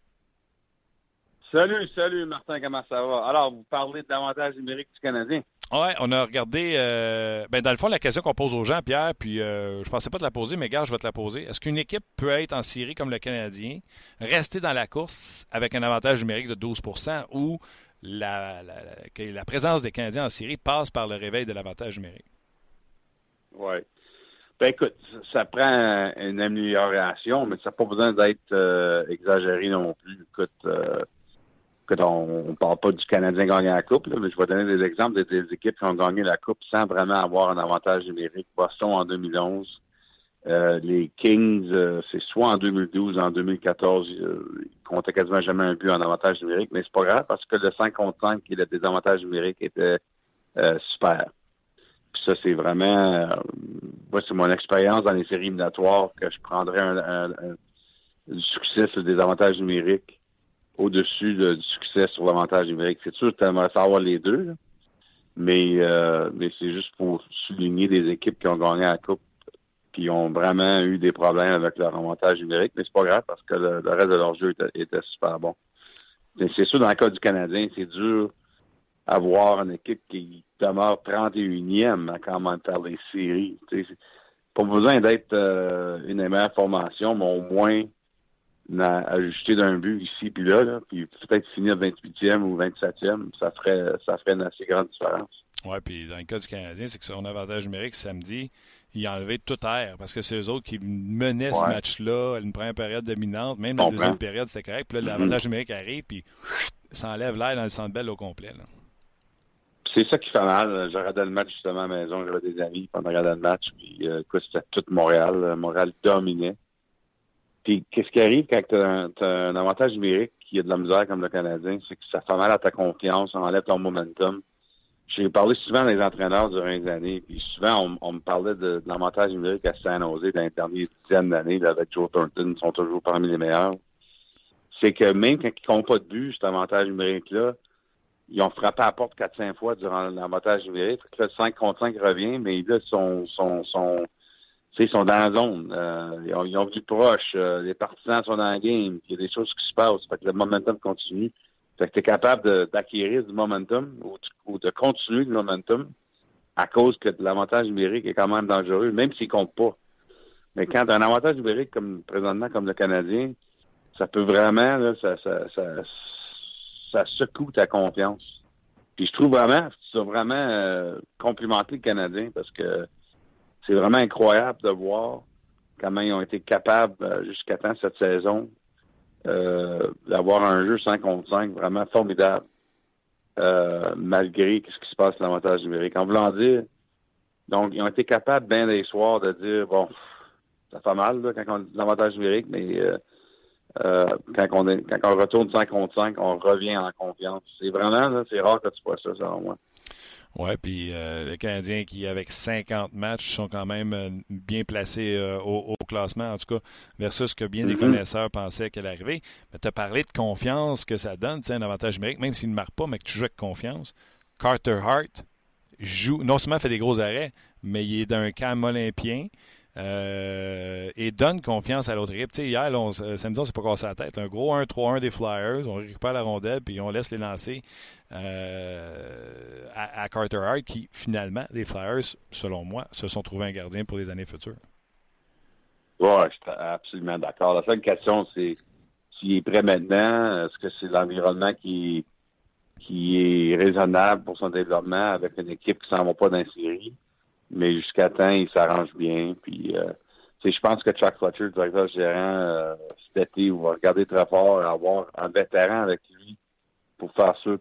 Salut Martin, comment ça va? Alors, vous parlez de l'avantage numérique du Canadien. Oui, on a regardé, dans le fond, la question qu'on pose aux gens, Pierre, puis je pensais pas te la poser, mais gars, je vais te la poser. Est-ce qu'une équipe peut être en série comme le Canadien, rester dans la course avec un avantage numérique de 12 % ou la présence des Canadiens en série passe par le réveil de l'avantage numérique? Oui. Ben écoute, ça prend une amélioration, mais ça n'a pas besoin d'être exagéré non plus. Écoute, on ne parle pas du Canadien gagnant la Coupe, là, mais je vais donner des exemples des équipes qui ont gagné la Coupe sans vraiment avoir un avantage numérique. Boston en 2011, les Kings, c'est soit en 2012 ou en 2014, ils comptaient quasiment jamais un but en avantage numérique, mais c'est pas grave parce que le 5 contre 5 et le désavantage numérique était super. Puis ça, c'est vraiment... moi, c'est mon expérience dans les séries éliminatoires que je prendrais un succès sur le désavantage numérique au-dessus du succès sur l'avantage numérique. C'est sûr que tu aimerais savoir les deux, là. Mais c'est juste pour souligner des équipes qui ont gagné la Coupe qui ont vraiment eu des problèmes avec leur avantage numérique, mais c'est pas grave parce que le reste de leur jeu était super bon. Mais c'est sûr, dans le cas du Canadien, c'est dur à voir une équipe qui demeure 31e à quand même faire les séries. T'sais, pas besoin d'être une des meilleures formations, mais au moins ajusté d'un but ici puis là, puis peut-être finir 28e ou 27e, ça ferait une assez grande différence. Oui, puis dans le cas du Canadien, c'est que son avantage numérique samedi, il a enlevé tout air parce que c'est eux autres qui menaient ce match-là, une première période dominante, même la deuxième période, c'était correct. Puis là, l'avantage numérique arrive, puis ça enlève l'air dans le Centre Bell au complet. Là. C'est ça qui fait mal. J'ai regardé le match justement à la maison, j'avais des amis pendant regarder le match, puis écoute, c'était tout Montréal. Montréal dominait. Puis qu'est-ce qui arrive quand tu as un avantage numérique qui a de la misère comme le Canadien, c'est que ça fait mal à ta confiance, ça enlève ton momentum. J'ai parlé souvent des entraîneurs durant les années, puis souvent on me parlait de l'avantage numérique à San Jose dans les dernières dizaines d'années, là, avec Joe Thornton, ils sont toujours parmi les meilleurs. C'est que même quand ils n'ont pas de but, cet avantage numérique-là, ils ont frappé à la porte 4-5 fois durant l'avantage numérique. Fait que là, 5 contre 5 revient, mais là, ils sont dans la zone. Ils ont vu proche. Les partisans sont dans la game. Il y a des choses qui se passent. Fait que le momentum continue. Fait que tu es capable d'acquérir du momentum ou de continuer du momentum à cause que l'avantage numérique est quand même dangereux, même s'il compte pas. Mais quand tu as un avantage numérique présentement comme le Canadien, ça peut vraiment, là, ça secoue ta confiance. Puis je trouve vraiment, ça a vraiment complimenté le Canadien parce que c'est vraiment incroyable de voir comment ils ont été capables jusqu'à temps cette saison d'avoir un jeu 5 contre 5 vraiment formidable malgré ce qui se passe à l'avantage numérique. En voulant dire, donc ils ont été capables bien des soirs de dire bon, Ça fait mal là, quand on a des avantages numériques, mais quand on retourne 5 contre 5, on revient en confiance. C'est vraiment, là, c'est rare que tu vois ça, selon moi. Oui, puis les Canadiens qui, avec 50 matchs, sont quand même bien placés au classement, en tout cas, versus ce que bien des connaisseurs pensaient qu'elle arrivait. Mais tu as parlé de confiance que ça donne, un avantage numérique, même s'il ne marque pas, mais que tu joues avec confiance. Carter Hart joue, non seulement fait des gros arrêts, mais il est d'un calme olympien. Et donne confiance à l'autre équipe. Hier, samedi, on s'est pas cassé la tête. Un gros 1-3-1 des Flyers. On récupère la rondelle puis on laisse les lancer à Carter Hart qui, finalement, les Flyers, selon moi, se sont trouvés un gardien pour les années futures. Oui, je suis absolument d'accord. La seule question, c'est s'il est prêt maintenant. Est-ce que c'est l'environnement qui est raisonnable pour son développement avec une équipe qui s'en va pas dans la série? Mais jusqu'à temps, il s'arrange bien. Puis, je pense que Chuck Fletcher, le directeur gérant, cet été, va regarder très fort à avoir un vétéran avec lui pour faire sûr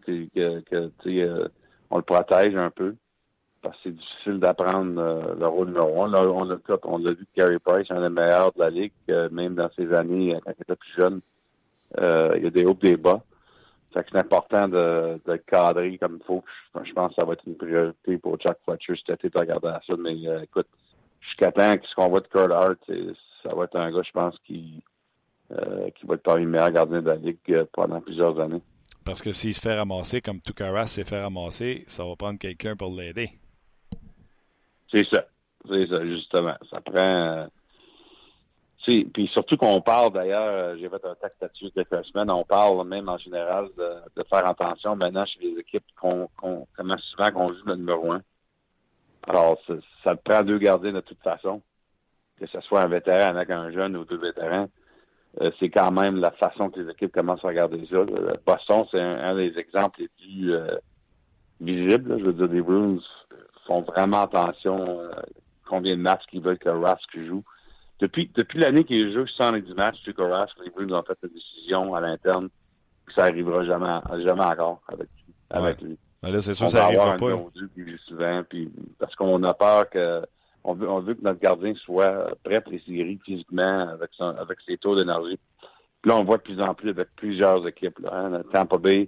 on le protège un peu. Parce que c'est difficile d'apprendre le rôle numéro 1. Là, on l'a vu que Carey Price, un des meilleurs de la Ligue, même dans ses années, quand il était plus jeune. Il y a des hauts et des bas. Fait que c'est important de cadrer comme il faut. Je pense que ça va être une priorité pour Chuck Fletcher cet été de regarder à ça. Mais écoute, jusqu'à temps que ce qu'on voit de Carter Hart, ça va être un gars, je pense, qui va être parmi les meilleurs gardiens de la Ligue pendant plusieurs années. Parce que s'il se fait ramasser, comme Tuukka s'est fait ramasser, ça va prendre quelqu'un pour l'aider. C'est ça, justement. Ça prend... Puis surtout qu'on parle, d'ailleurs, j'ai fait un texte là-dessus il y a quelques semaines, on parle même en général de faire attention maintenant chez les équipes comment souvent qu'on joue le numéro 1. Alors, ça te prend 2 gardiens de toute façon. Que ce soit un vétéran avec un jeune ou 2 vétérans, c'est quand même la façon que les équipes commencent à regarder ça. Boston, c'est un des exemples les plus visibles. Je veux dire, les Bruins font vraiment attention combien de matchs qu'ils veulent que Rask joue. Depuis l'année qu'il joue 110 matchs, Tuukka Rask, les Bruins ont fait une décision à l'interne que ça n'arrivera jamais encore avec lui. Ben là, c'est sûr que ça n'arrivera pas. Souvent, puis parce qu'on a peur que on veut que notre gardien soit prêt pour les séries physiquement avec ses taux d'énergie. Puis là, on voit de plus en plus avec plusieurs équipes. Là, Tampa Bay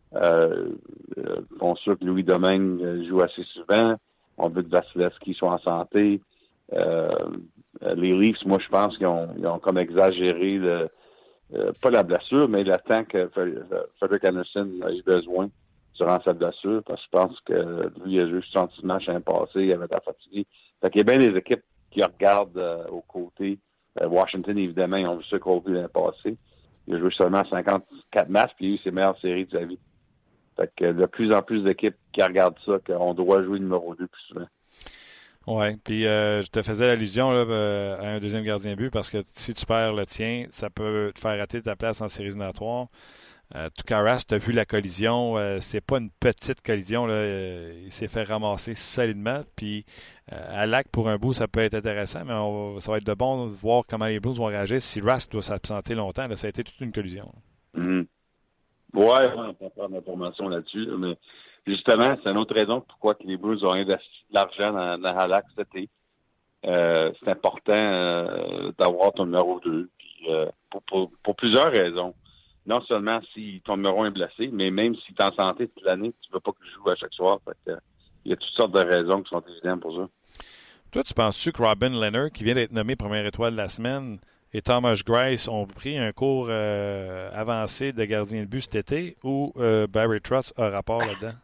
font sûr que Louis Domingue joue assez souvent. On veut que Vasilevski soit en santé. Les Leafs, moi, je pense qu'ils ont comme exagéré pas la blessure, mais le temps que Frederik Andersen a eu besoin durant sa blessure, parce que je pense que lui, il a joué 66 matchs l'année passée, il avait été fatigué. Fait qu'il y a bien des équipes qui regardent aux côtés. Washington, évidemment, ils ont vu ça Colby l'année passée. Il a joué seulement 54 matchs, puis il a eu ses meilleures séries de sa vie. Fait que de plus en plus d'équipes qui regardent ça, qu'on doit jouer numéro 2 plus souvent. Oui, puis je te faisais l'allusion là, à un deuxième gardien but parce que si tu perds le tien, ça peut te faire rater ta place en séries éliminatoires. Tuukka Rask, tu as vu la collision, c'est pas une petite collision, là, il s'est fait ramasser solidement, puis à l'acte pour un bout, ça peut être intéressant, mais ça va être de bon de voir comment les Blues vont réagir si Rask doit s'absenter longtemps. Là, ça a été toute une collision. Mm-hmm. Ouais, on peut faire de l'information là-dessus, mais justement, c'est une autre raison pourquoi les Blues ont investi de l'argent dans Halak cet été. C'est important d'avoir ton numéro 2, puis, pour plusieurs raisons. Non seulement si ton numéro 1 est blessé, mais même si tu es en santé toute l'année, tu ne veux pas qu'il joue à chaque soir. Il y a toutes sortes de raisons qui sont évidentes pour ça. Toi, tu penses-tu que Robin Lehner, qui vient d'être nommé première étoile de la semaine, et Thomas Greiss ont pris un cours avancé de gardien de but cet été, ou Barry Trotz a rapport là-dedans?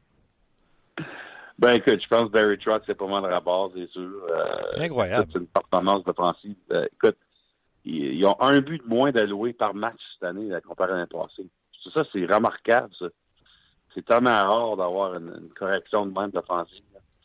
Ben écoute, je pense que Barry Trotz, c'est pas mal de rapport, c'est sûr. C'est incroyable. C'est une performance défensive. Écoute, ils ont un but de moins d'alloué par match cette année comparé à l'année passée. Ça, c'est remarquable, ça. C'est tellement rare d'avoir une correction de même défensive.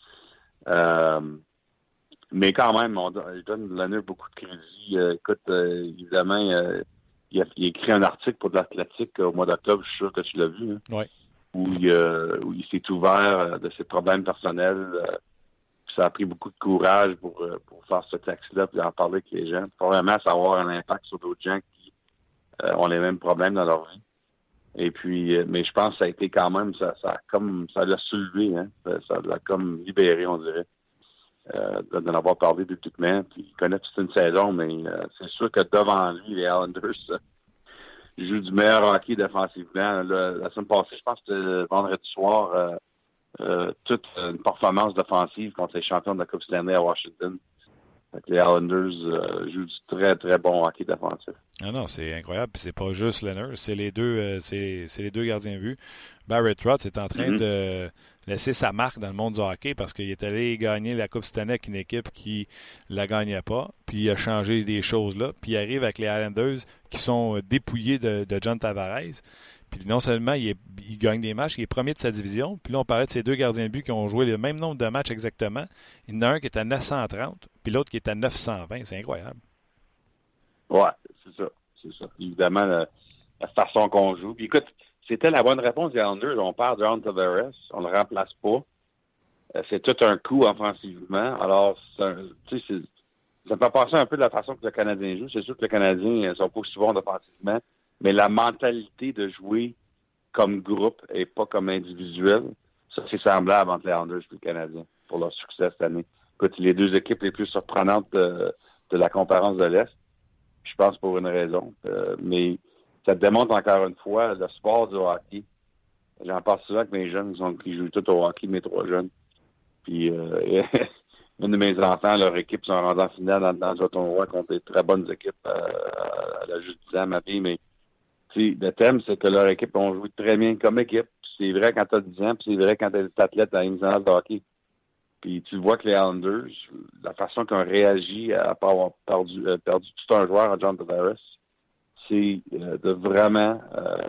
Mais quand même, je donne Lehner beaucoup de crédit. Écoute, évidemment, il a écrit un article pour de l'Athletic au mois d'octobre, je suis sûr que tu l'as vu. Hein, oui. Où il s'est ouvert de ses problèmes personnels. Ça a pris beaucoup de courage pour faire ce texte-là et en parler avec les gens. Probablement, ça va avoir un impact sur d'autres gens qui ont les mêmes problèmes dans leur vie. Et puis, mais je pense que ça a été quand même, ça l'a soulevé, hein. Ça l'a comme libéré, on dirait. d'en avoir parlé publiquement. Puis il connaît toute une saison, mais c'est sûr que devant lui, les Islanders jouent du meilleur hockey défensivement. La semaine passée, je pense que c'était vendredi soir, toute une performance défensive contre les champions de la Coupe Stanley à Washington. Les Islanders jouent du très, très bon hockey défensif. Ah non, c'est incroyable. Puis c'est pas juste Leonard, c'est les deux gardiens de but. Barry Trotz est en train de laisser sa marque dans le monde du hockey parce qu'il est allé gagner la Coupe Stanley avec une équipe qui la gagnait pas. Puis il a changé des choses là. Puis il arrive avec les Islanders qui sont dépouillés de John Tavares. Puis non seulement il gagne des matchs, il est premier de sa division. Puis là, on parlait de ces deux gardiens de but qui ont joué le même nombre de matchs exactement. Il y en a un qui est à 930, puis l'autre qui est à 920. C'est incroyable. Ouais, c'est ça. Évidemment, la façon qu'on joue. Puis écoute, c'était la bonne réponse des Islanders. On parle de John Tavares, on le remplace pas. C'est tout un coup offensivement. Alors, ça me fait penser un peu de la façon que le Canadien joue. C'est sûr que les Canadiens sont pas aussi bons offensivement. Mais la mentalité de jouer comme groupe et pas comme individuel, ça, c'est semblable entre les Islanders et les Canadiens pour leur succès cette année. Écoute, les deux équipes les plus surprenantes de la conférence de l'Est, je pense pour une raison. Mais ça démontre encore une fois le sport du hockey. J'en parle souvent avec mes jeunes qui jouent tout au hockey, mes trois jeunes. Puis, une de mes enfants, leur équipe sont rendus en finale dans le tournoi contre des très bonnes équipes. Elle a juste 10 ans, ma fille, mais le thème, c'est que leur équipe ont joué très bien comme équipe. C'est vrai quand tu as 10 ans, puis c'est vrai quand tu es athlète à une de hockey. Puis tu vois que les Islanders, la façon qu'ils ont réagi après avoir perdu tout un joueur à John Tavares, c'est de vraiment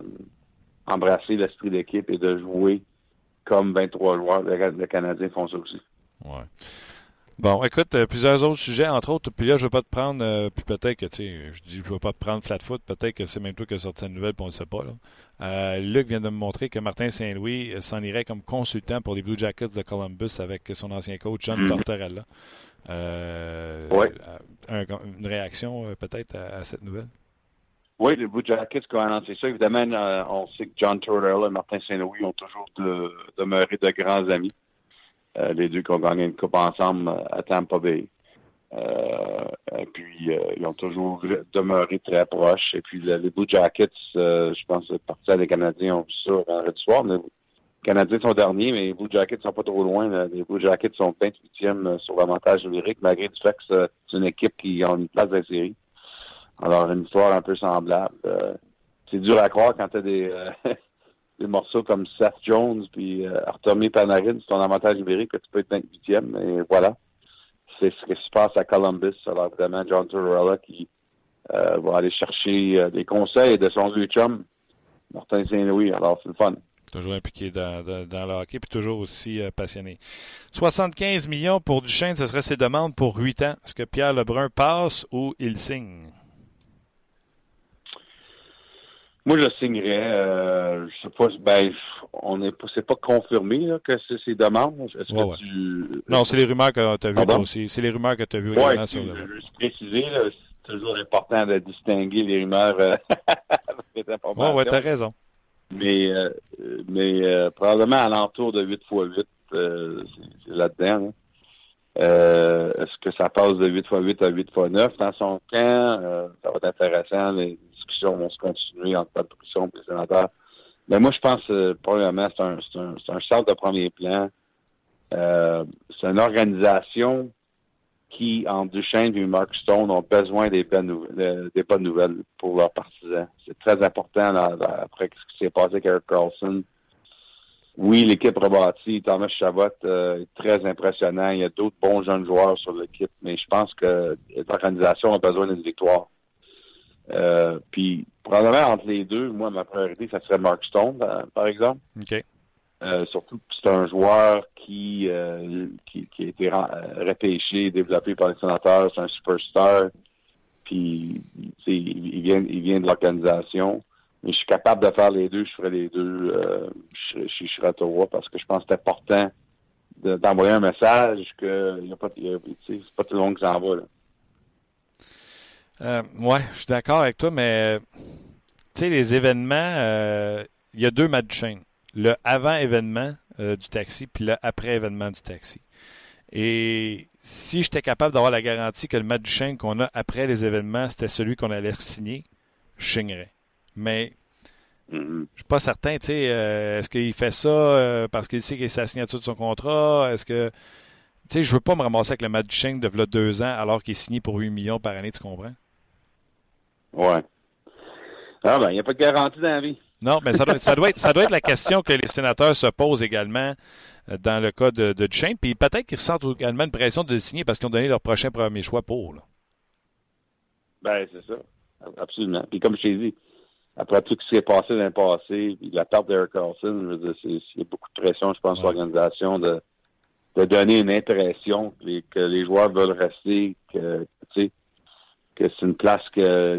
embrasser l'esprit d'équipe et de jouer comme 23 joueurs. Les Canadiens font ça aussi. Ouais. Bon, écoute, plusieurs autres sujets, entre autres, puis là, je ne vais pas te prendre, puis peut-être que, tu sais, je dis, je ne vais pas te prendre flat foot, peut-être que c'est même toi qui as sorti cette nouvelle, puis on ne le sait pas, là. Luc vient de me montrer que Martin Saint-Louis s'en irait comme consultant pour les Blue Jackets de Columbus avec son ancien coach, John Tortorella. Ouais. Une réaction, peut-être, à cette nouvelle? Oui, les Blue Jackets qui ont annoncé ça. Évidemment, on sait que John Tortorella et Martin Saint-Louis ont toujours demeuré de grands amis. Les deux qui ont gagné une coupe ensemble à Tampa Bay. Puis, ils ont toujours demeuré très proches. Et puis, les Blue Jackets, je pense que partie des Canadiens ont vu ça vendredi soir. Les Canadiens sont derniers, mais les Blue Jackets sont pas trop loin. Là. Les Blue Jackets sont 28e sur l'avantage numérique, malgré le fait que c'est une équipe qui a une place dans la série. Alors, une histoire un peu semblable. C'est dur à croire quand tu as des morceaux comme Seth Jones puis Artemi Panarin, c'est ton avantage numérique que tu peux être 28e. Et voilà. C'est ce qui se passe à Columbus. Alors, évidemment, John Tortorella qui va aller chercher des conseils de son vieux chum, Martin Saint-Louis. Alors, c'est le fun. Toujours impliqué dans le hockey, puis toujours aussi passionné. 75 millions pour Duchesne, ce serait ses demandes pour 8 ans. Est-ce que Pierre Lebrun passe ou il signe? Moi, je signerais. Je sais pas. C'est pas confirmé là, que c'est ses demandes. Est-ce que tu... Non, c'est les rumeurs que tu as vues aussi. C'est les rumeurs que tu as vues également sur le. Je veux juste préciser, là, c'est toujours important de distinguer les rumeurs des informations. Oui, tu as raison. Mais probablement à l'entour de 8x8, c'est là-dedans. Là. Est-ce que ça passe de 8x8 à 8x9 dans son camp? Ça va être intéressant. Les discussions vont se continuer entre Patricia et les sénateurs. Mais moi, je pense, premièrement, c'est un centre de premier plan. C'est une organisation qui, en Duchesne et Mark Stone, ont besoin des bonnes nouvelles pour leurs partisans. C'est très important après ce qui s'est passé avec Erik Karlsson. Oui, l'équipe rebâtie, Thomas Chabot est très impressionnant. Il y a d'autres bons jeunes joueurs sur l'équipe, mais je pense que l'organisation a besoin d'une victoire. Puis, probablement entre les deux, moi, ma priorité, ça serait Mark Stone, par exemple. OK. Surtout que c'est un joueur qui a été repêché, développé par les sénateurs, c'est un superstar. Puis, il vient de l'organisation. Mais je suis capable de faire les deux, je ferai les deux. Je serai à Ottawa parce que je pense que c'est important d'envoyer un message que c'est pas tout le monde qui s'en va. Oui, je suis d'accord avec toi, mais tu sais, les événements, il y a deux matchs de chaîne. Le avant-événement du taxi, puis le après-événement du taxi. Et si j'étais capable d'avoir la garantie que le Matt Duchene qu'on a après les événements, c'était celui qu'on allait signer, je signerais. Mais je ne suis pas certain, tu sais, est-ce qu'il fait ça parce qu'il sait que c'est la signature de son contrat? Est-ce que, tu sais, je veux pas me ramasser avec le Matt Duchene de là 2 ans alors qu'il est signé pour 8 millions par année, tu comprends? Ouais. Ah ben, il n'y a pas de garantie dans la vie. Non, mais ça doit être la question que les sénateurs se posent également dans le cas de Duchene. Puis peut-être qu'ils ressentent également une pression de le signer parce qu'ils ont donné leur prochain premier choix pour. Là. Ben, c'est ça. Absolument. Puis comme je t'ai dit, après tout ce qui s'est passé dans le passé, puis la perte d'Eric Carlson, je veux dire, il y a beaucoup de pression, je pense, sur l'organisation de donner une impression que les joueurs veulent rester, que tu sais, que c'est une place que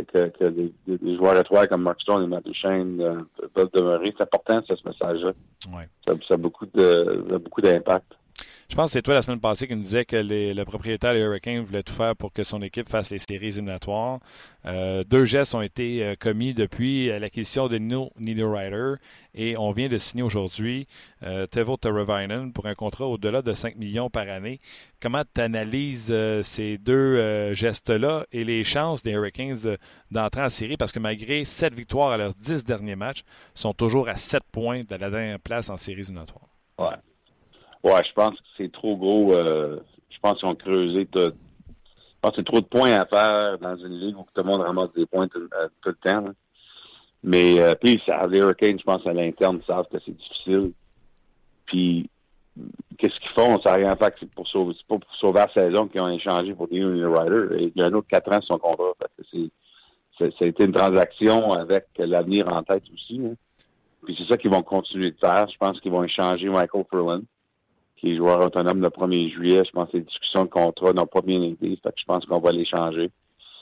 les joueurs étoiles comme Mark Stone et Matt Duchene peuvent demeurer. C'est important, ce message-là. Ouais. Ça a beaucoup d'impact. Je pense que c'est toi la semaine passée qui nous disait que le propriétaire des Hurricanes voulait tout faire pour que son équipe fasse les séries éliminatoires. 2 gestes ont été commis depuis l'acquisition de Nino Niederreiter et on vient de signer aujourd'hui Teuvo Teravainen pour un contrat au-delà de 5 millions par année. Comment tu analyses ces 2 gestes-là et les chances des Hurricanes d'entrer en série? Parce que malgré 7 victoires à leurs 10 derniers matchs, ils sont toujours à 7 points de la dernière place en séries éliminatoires. Ouais. Ouais, je pense que c'est trop gros. Je pense qu'ils ont creusé. Je pense que c'est trop de points à faire dans une ligue où tout le monde ramasse des points tout le temps. Là. Mais puis les Hurricanes, je pense à l'interne, savent que c'est difficile. Puis qu'est-ce qu'ils font? Ça n'a rien fait que c'est pas pour sauver la saison qu'ils ont échangé pour Nino Niederreiter. Et il y a un autre 4 ans sur son contrat. Fait que ça a été une transaction avec l'avenir en tête aussi. Hein. Puis c'est ça qu'ils vont continuer de faire. Je pense qu'ils vont échanger Michael Ferland, qui est joueur autonome le 1er juillet. Je pense que les discussions de contrat n'ont pas bien été. Fait que je pense qu'on va les changer.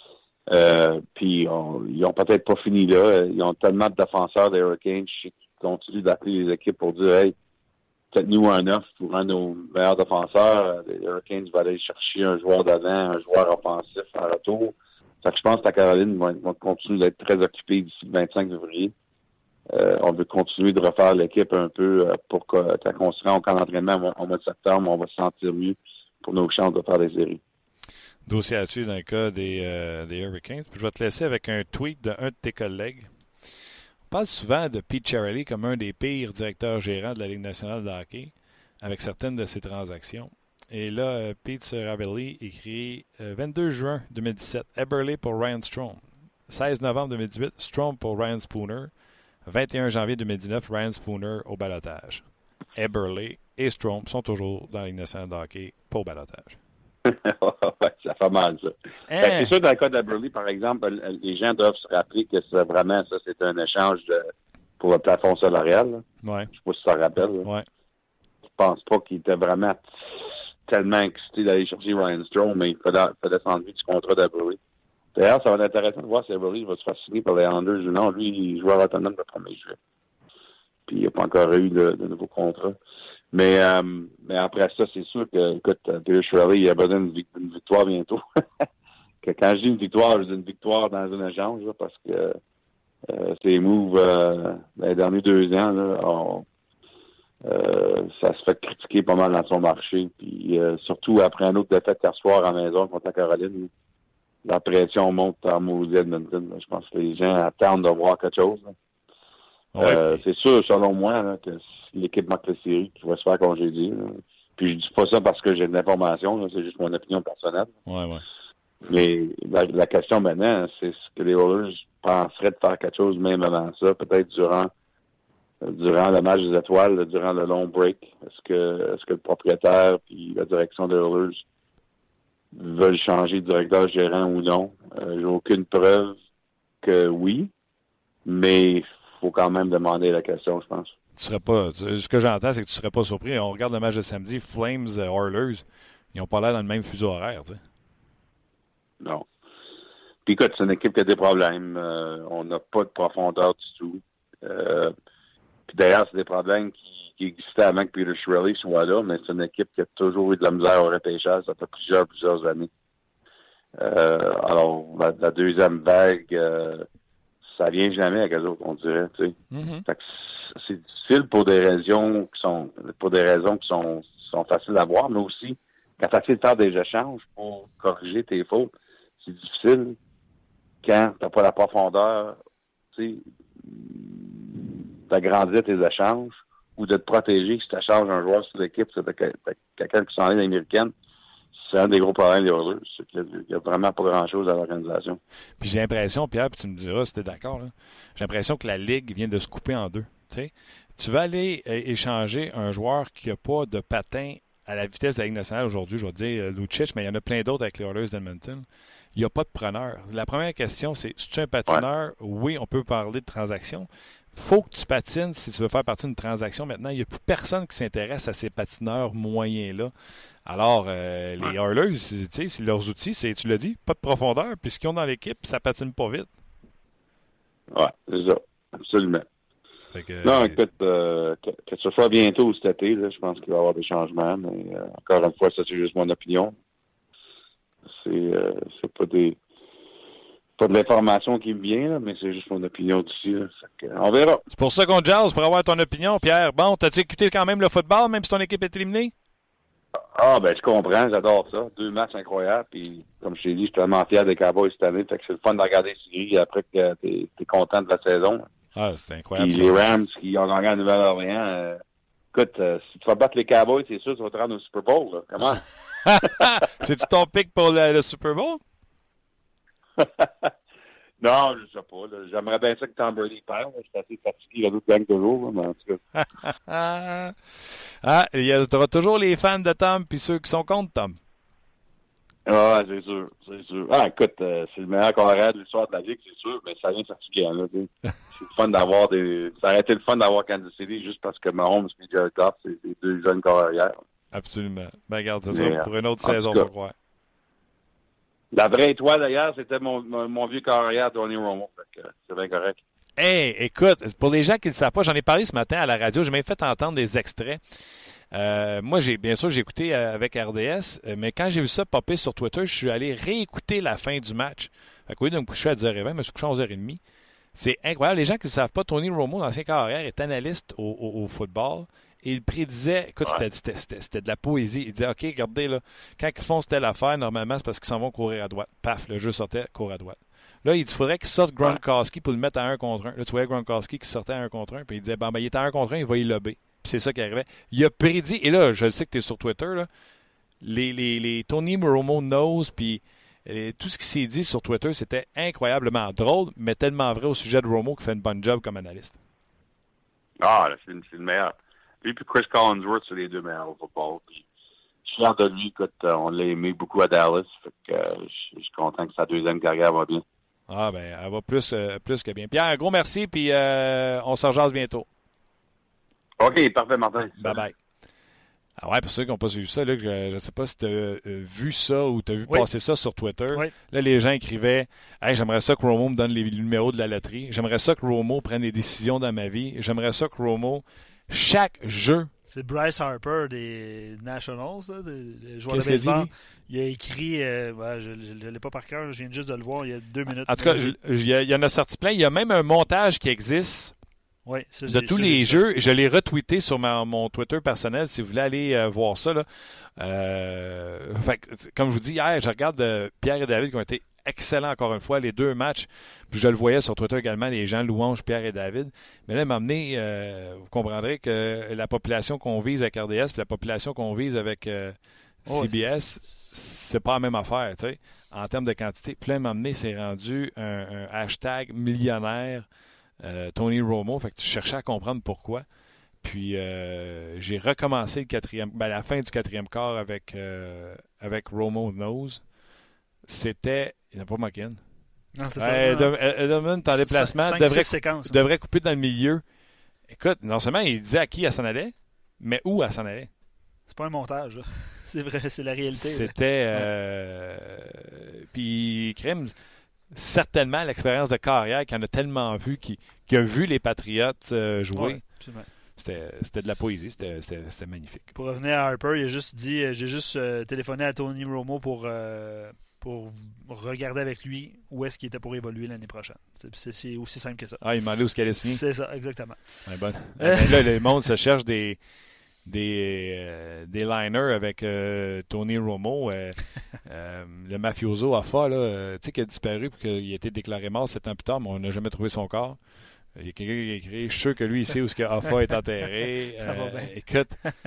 Puis ils ont peut-être pas fini là. Ils ont tellement de défenseurs des Hurricanes qui continuent d'appeler les équipes pour dire « Hey, faites-nous un offre pour un de nos meilleurs défenseurs. » Les Hurricanes vont aller chercher un joueur d'avant, un joueur offensif en retour. Fait que je pense que la Caroline va continuer d'être très occupée d'ici le 25 février. On veut continuer de refaire l'équipe un peu pour que quand on sera en camp d'entraînement au mois de septembre, on va se sentir mieux pour nos chances de faire des séries. Dossier à suivre dans le cas des Hurricanes. Puis je vais te laisser avec un tweet d'un de tes collègues. On parle souvent de Pete Chiarelli comme un des pires directeurs gérants de la Ligue nationale de hockey avec certaines de ses transactions. Et là, Pete Chiarelli écrit 22 juin 2017, Eberle pour Ryan Strome. 16 novembre 2018, Strome pour Ryan Spooner. 21 janvier 2019, Ryan Spooner au ballottage. Eberle et Strome sont toujours dans la Ligue nationale de hockey pour ballottage. Ça fait mal, ça. C'est sûr, dans le cas d'Eberle, par exemple, les gens doivent se rappeler que c'est vraiment ça, c'est un échange pour le plafond salarial. Ouais. Je sais pas si ça rappelle. Ouais. Je pense pas qu'il était vraiment tellement excité d'aller chercher Ryan Strome, mais il fallait s'enlever du contrat d'Eberle. D'ailleurs, ça va être intéressant de voir si Eberle va se faire signer par les Islanders ou non. Lui, il est joueur autonome le 1er juillet. Puis il n'a pas encore eu de nouveau contrat. Mais après ça, c'est sûr que, écoute, Peter Chiarelli, il a besoin d'une victoire bientôt. Que quand je dis une victoire, je dis une victoire dans un échange, là, parce que ces moves les derniers 2 ans, là, ça se fait critiquer pas mal dans son marché. Puis surtout après un autre défaite hier soir à la maison contre la Caroline, la pression monte en maudit Edmonton. Je pense que les gens attendent de voir quelque chose. Ouais. C'est sûr, selon moi, là, que si l'équipe manque la série, qui va se faire congédier. Là. Puis je dis pas ça parce que j'ai de l'information, c'est juste mon opinion personnelle. Ouais. Mais la question maintenant, c'est ce que les Oilers penseraient de faire quelque chose même avant ça, peut-être durant le match des étoiles, durant le long break. Est-ce que le propriétaire puis la direction des Oilers veulent changer de directeur gérant ou non? J'ai aucune preuve que oui, mais il faut quand même demander la question, je pense. Tu serais pas. Ce que j'entends, c'est que tu serais pas surpris. On regarde le match de samedi, Flames Oilers, ils n'ont pas l'air dans le même fuseau horaire, tu sais. Non. Puis écoute, c'est une équipe qui a des problèmes. On n'a pas de profondeur du tout. Puis d'ailleurs, c'est des problèmes qui existaient avant que Peter Chiarelli soit là, mais c'est une équipe qui a toujours eu de la misère au repêchage. Ça fait plusieurs années. Alors, la deuxième vague, ça vient jamais avec eux autres, on dirait. Tu sais. Mm-hmm. Fait que c'est difficile pour des raisons qui sont sont faciles à voir, mais aussi, quand tu essaies de faire des échanges pour corriger tes fautes, c'est difficile quand tu n'as pas la profondeur, tu sais, d'agrandir tes échanges ou de te protéger si tu échanges un joueur sur l'équipe, c'est quelqu'un qui s'en est américaine. C'est un des gros problèmes des Oilers. C'est qu'il n'y a vraiment pas grand-chose à l'organisation. Puis j'ai l'impression, Pierre, puis tu me diras si tu es d'accord, là, j'ai l'impression que la Ligue vient de se couper en deux. T'sais? Tu vas aller échanger un joueur qui n'a pas de patin à la vitesse de la Ligue nationale aujourd'hui, je vais te dire Lucic, mais il y en a plein d'autres avec les Oilers d'Edmonton. Il n'y a pas de preneur. La première question, c'est si tu es un patineur, oui, on peut parler de transaction. Faut que tu patines si tu veux faire partie d'une transaction. Maintenant, il n'y a plus personne qui s'intéresse à ces patineurs moyens-là. Alors, les Oilers, c'est leurs outils, tu l'as dit, pas de profondeur, puis ce qu'ils ont dans l'équipe, ça patine pas vite. Oui, c'est ça. Absolument. Non, écoute, que ce soit bientôt cet été, là, je pense qu'il va y avoir des changements, mais encore une fois, ça c'est juste mon opinion. C'est pas de l'information qui me vient, là, mais c'est juste mon opinion d'ici. On verra. C'est pour ça qu'on jase, pour avoir ton opinion, Pierre. Bon, t'as-tu écouté quand même le football, même si ton équipe est éliminée? Ah, ben je comprends, j'adore ça. 2 matchs incroyables, puis comme je t'ai dit, je suis tellement fier des Cowboys cette année, fait que c'est le fun de regarder les séries après que t'es content de la saison. Ah, c'est incroyable. Puis les Rams qui ont gagné à Nouvelle-Orléans, écoute, si tu vas battre les Cowboys, c'est sûr que tu vas te rendre au Super Bowl, là. Comment? C'est-tu ton pick pour le Super Bowl? Non, je sais pas. Là. J'aimerais bien ça que Tom Brady perde. Je suis assez fatigué à l'autre gang toujours, mais en tout cas. Il y aura toujours les fans de Tom puis ceux qui sont contre Tom. Ah, c'est sûr. Ah, écoute, c'est le meilleur carrière de l'histoire de la Ligue, c'est sûr, mais ça vient fatiguant, là. C'est le fun d'avoir ça aurait été le fun d'avoir Kansas City juste parce que Mahomes et Jared Goff, c'est des 2 jeunes carrières. Absolument. Ben, regarde, c'est ça pour une autre saison, je crois. La vraie étoile, d'ailleurs, c'était mon vieux carrière, Tony Romo. C'est bien correct. Hey, écoute, pour les gens qui ne le savent pas, j'en ai parlé ce matin à la radio. J'ai même fait entendre des extraits. Moi, bien sûr, j'ai écouté avec RDS, mais quand j'ai vu ça popper sur Twitter, je suis allé réécouter la fin du match. Fait que oui, donc je me suis couché à 10h20, je me suis couché à 11h30. C'est incroyable. Les gens qui ne savent pas, Tony Romo, l'ancien carrière, est analyste au football. Et il prédisait, écoute, c'était de la poésie. Il disait, OK, regardez, là, quand ils font telle affaire, normalement, c'est parce qu'ils s'en vont courir à droite. Paf, le jeu sortait, court à droite. Là, il faudrait qu'il sorte Gronkowski pour le mettre à 1 contre 1. Là, tu voyais Gronkowski qui sortait à 1 contre 1, puis il disait, bon, ben, il est à 1 contre 1, il va y lober. Puis c'est ça qui arrivait. Il a prédit, et là, je sais que tu es sur Twitter, là, les Tony Romo knows, puis tout ce qui s'est dit sur Twitter, c'était incroyablement drôle, mais tellement vrai au sujet de Romo qui fait une bonne job comme analyste. Ah, c'est le meilleur. Lui et Chris Collinsworth, c'est les 2 meilleurs au football. Puis, je suis fier de lui. Écoute, on l'a aimé beaucoup à Dallas. Fait que, je suis content que sa 2e carrière va bien. Ah, ben, elle va plus que bien. Pierre, un gros merci, puis on se rejase bientôt. OK, parfait, Martin. Bye-bye. Ah ouais, pour ceux qui n'ont pas suivi ça, là, je ne sais pas si tu as vu ça ou tu as vu passer ça sur Twitter. Oui. Là, les gens écrivaient « Hey, j'aimerais ça que Romo me donne les numéros de la loterie. J'aimerais ça que Romo prenne des décisions dans ma vie. J'aimerais ça que Romo... » Chaque jeu. C'est Bryce Harper des Nationals, là, des joueurs Qu'est-ce de baseball. dit, il a écrit, je ne l'ai pas par cœur, je viens juste de le voir il y a 2 minutes. En tout cas, il y en a sorti plein. Il y a même un montage qui existe de tous les jeux. Je l'ai retweeté sur mon Twitter personnel si vous voulez aller voir ça. Là. Comme je vous dis, hier, je regarde Pierre et David qui ont été excellents encore une fois, les 2 matchs. Puis je le voyais sur Twitter également, les gens louangent Pierre et David. Mais là, m'amener, vous comprendrez que la population qu'on vise avec RDS et la population qu'on vise avec CBS, c'est pas la même affaire, tu sais, en termes de quantité. Puis là, m'amener, c'est rendu un hashtag millionnaire Tony Romo. Fait que tu cherchais à comprendre pourquoi. Puis j'ai recommencé la fin du 4e quart avec Romo Knows. C'était... Il n'y en a pas McKinn. Non, c'est ça. Edelman, en déplacement, devrait couper dans le milieu. Écoute, non seulement il disait à qui elle s'en allait, mais où elle s'en allait. C'est pas un montage, là. C'est vrai, c'est la réalité. C'était... Puis, Crème, certainement l'expérience de carrière qu'il en a tellement vu, qui a vu les Patriotes jouer. Ouais, c'était de la poésie, c'était magnifique. Pour revenir à Harper, il a juste dit, j'ai juste téléphoné à Tony Romo pour regarder avec lui où est-ce qu'il était pour évoluer l'année prochaine. C'est aussi simple que ça. Ah, il demandait où est-ce qu'elle allait signer. C'est ça, exactement. Ouais, bon. Là, le monde se cherche des des liners avec Tony Romo, le mafioso Hoffa, là, qui a disparu et qu'il a été déclaré mort 7 ans plus tard, mais on n'a jamais trouvé son corps. Il y a quelqu'un qui a écrit « Je suis sûr que lui, il sait où Hoffa est enterré. » Écoute,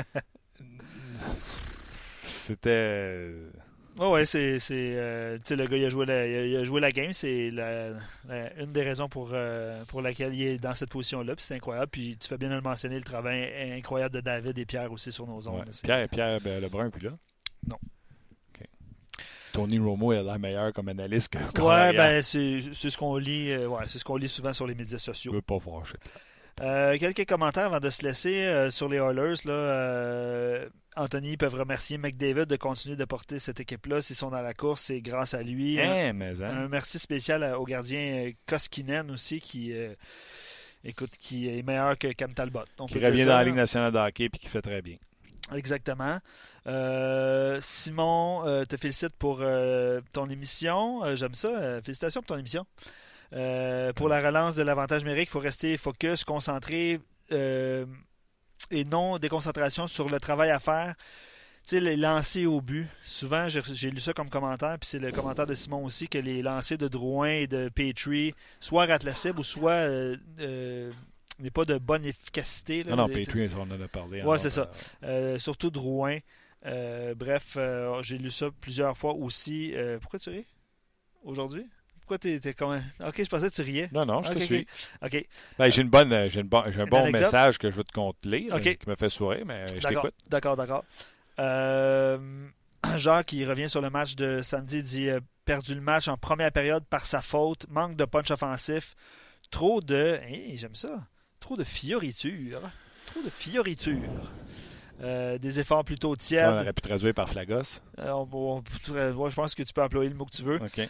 c'était... Oui, c'est le gars, il a joué la game. C'est une des raisons pour laquelle il est dans cette position-là. Puis c'est incroyable. Puis tu fais bien de le mentionner, le travail incroyable de David et Pierre aussi sur nos ondes. Ouais. Pierre Lebrun, puis là? Non. Okay. Tony Romo est la meilleure comme analyste que ouais, ben c'est ce qu'on lit. C'est ce qu'on lit souvent sur les médias sociaux. Je veux pas fâcher. Quelques commentaires avant de se laisser sur les Oilers. Anthony peuvent remercier McDavid de continuer de porter cette équipe-là. S'ils sont dans la course, c'est grâce à lui. Un merci spécial au gardien Koskinen aussi qui est meilleur que Cam Talbot. Qui revient dans la Ligue nationale de hockey et qui fait très bien. Exactement. Simon, te félicite pour ton émission. J'aime ça. Félicitations pour ton émission. Pour la relance de l'avantage numérique, il faut rester focus, concentré et non déconcentration sur le travail à faire. Tu sais, les lancers au but. Souvent, j'ai lu ça comme commentaire, puis c'est le commentaire de Simon aussi, que les lancers de Drouin et de Petrie soit ratent la cible ou soit n'est pas de bonne efficacité. Là, non, Petrie, on en a parlé. Oui, c'est ça. Surtout Drouin. Bref, j'ai lu ça plusieurs fois aussi. Pourquoi tu ris aujourd'hui? Pourquoi t'es comme... OK, je pensais que tu riais. Non, je te suis. OK. Ben, j'ai un bon anecdote? Message que je veux te lire, qui me fait sourire, mais je t'écoute. D'accord. Jacques, qui revient sur le match de samedi, dit perdu le match en première période par sa faute, manque de punch offensif, trop de... j'aime ça. Trop de fioritures. Des efforts plutôt tièdes. Ça, on aurait pu traduire par flagos. Je pense que tu peux employer le mot que tu veux. Okay.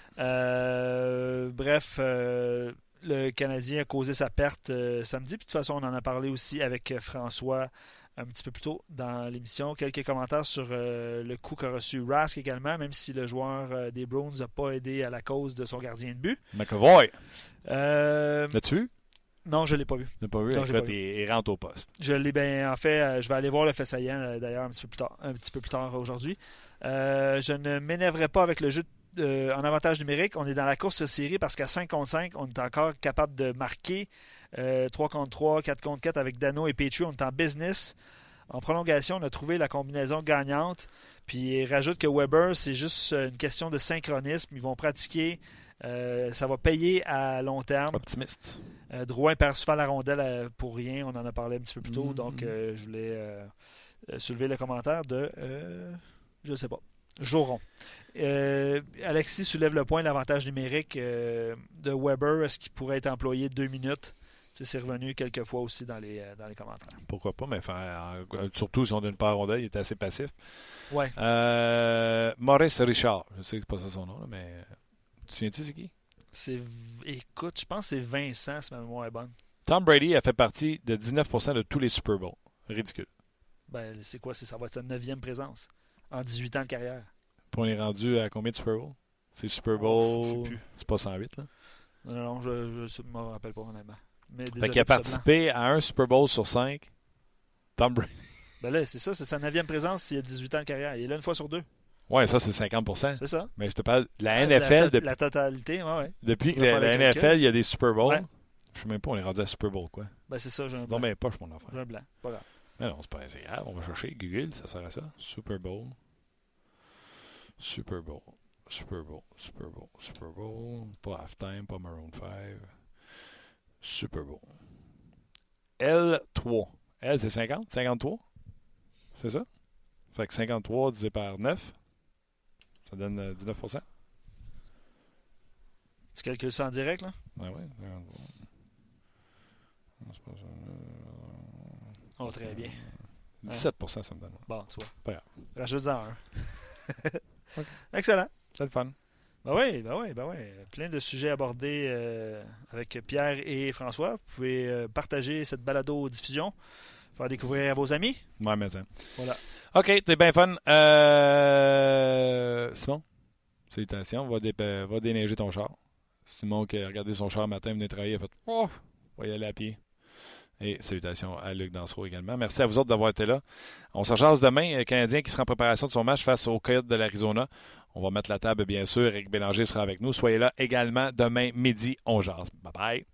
Bref, le Canadien a causé sa perte samedi. Puis de toute façon, on en a parlé aussi avec François un petit peu plus tôt dans l'émission. Quelques commentaires sur le coup qu'a reçu Rask également, même si le joueur des Bruins n'a pas aidé à la cause de son gardien de but. McAvoy. L'as-tu vu? Non, je ne l'ai pas vu. Tu l'as pas vu? Il rentre au poste. Je l'ai bien. En fait, je vais aller voir le fait saillant d'ailleurs un petit peu plus tard aujourd'hui. Je ne m'énerverai pas avec le jeu en avantage numérique. On est dans la course de série parce qu'à 5 contre 5, on est encore capable de marquer 3 contre 3, 4 contre 4 avec Dano et Petrie. On est en business. En prolongation, on a trouvé la combinaison gagnante. Puis il rajoute que Weber, c'est juste une question de synchronisme. Ils vont pratiquer. Ça va payer à long terme. Optimiste. Drouin perd souvent la rondelle pour rien. On en a parlé un petit peu plus tôt. Donc, je voulais soulever le commentaire de... je ne sais pas. Joron. Alexis soulève le point, l'avantage numérique de Weber. Est-ce qu'il pourrait être employé 2 minutes? C'est revenu quelques fois aussi dans les commentaires. Pourquoi pas, mais surtout si on donne pas à rondelle, il était assez passif. Ouais. Maurice Richard. Je sais que c'est pas ça son nom, mais... Tu te souviens-tu c'est qui? Écoute, je pense que c'est Vincent, si ma mémoire est bonne. Tom Brady a fait partie de 19% de tous les Super Bowls. Ridicule. Ben, c'est quoi? Ça va être sa 9e présence en 18 ans de carrière. Puis on est rendu à combien de Super Bowls? C'est Super Bowl... je sais plus. C'est pas 108, là? Non, je ne me rappelle pas, honnêtement. Fait qu'il a participé à un Super Bowl sur 5. Tom Brady. Ben là, c'est ça. C'est sa 9e présence s'il a 18 ans de carrière. Il est là une fois sur 2. Oui, ça, c'est 50%. C'est ça. Mais je te parle de la NFL. La totalité, oui. Depuis que la NFL, il y a des Super Bowls. Ouais. Je ne sais même pas, on est rendu à Super Bowl, quoi. Ben, c'est ça, j'ai un blanc. Non, mais pas, mon enfant. J'ai un blanc, pas grave. Mais non, c'est pas grave. On va chercher Google, ça sert à ça. Super Bowl. Super Bowl. Super Bowl. Super Bowl. Super Bowl. Pas halftime, pas Maroon 5. Super Bowl. L3. L, c'est 50? 53? C'est ça? Fait que 53 divisé par 9. Ça donne 19%. Tu calcules ça en direct, là? Ah ouais. Oh, très bien. 17%, ça me donne. Bon, tu vois. Pas grave. Rajoute-en un. Okay. Excellent. C'est le fun. Ben oui. Plein de sujets abordés avec Pierre et François. Vous pouvez partager cette balado-diffusion, faire découvrir à vos amis. Ouais, mais ça. Voilà. OK, c'est bien fun. Simon, salutations. Va déneiger ton char. Simon qui a regardé son char le matin, venait travailler, il a fait « Oh, on va y aller à pied. » Et salutations à Luc Dansereau également. Merci à vous autres d'avoir été là. On se jase demain. Le Canadien qui sera en préparation de son match face aux Coyotes de l'Arizona. On va mettre la table, bien sûr. Éric Bélanger sera avec nous. Soyez là également demain midi. On jase. Bye-bye.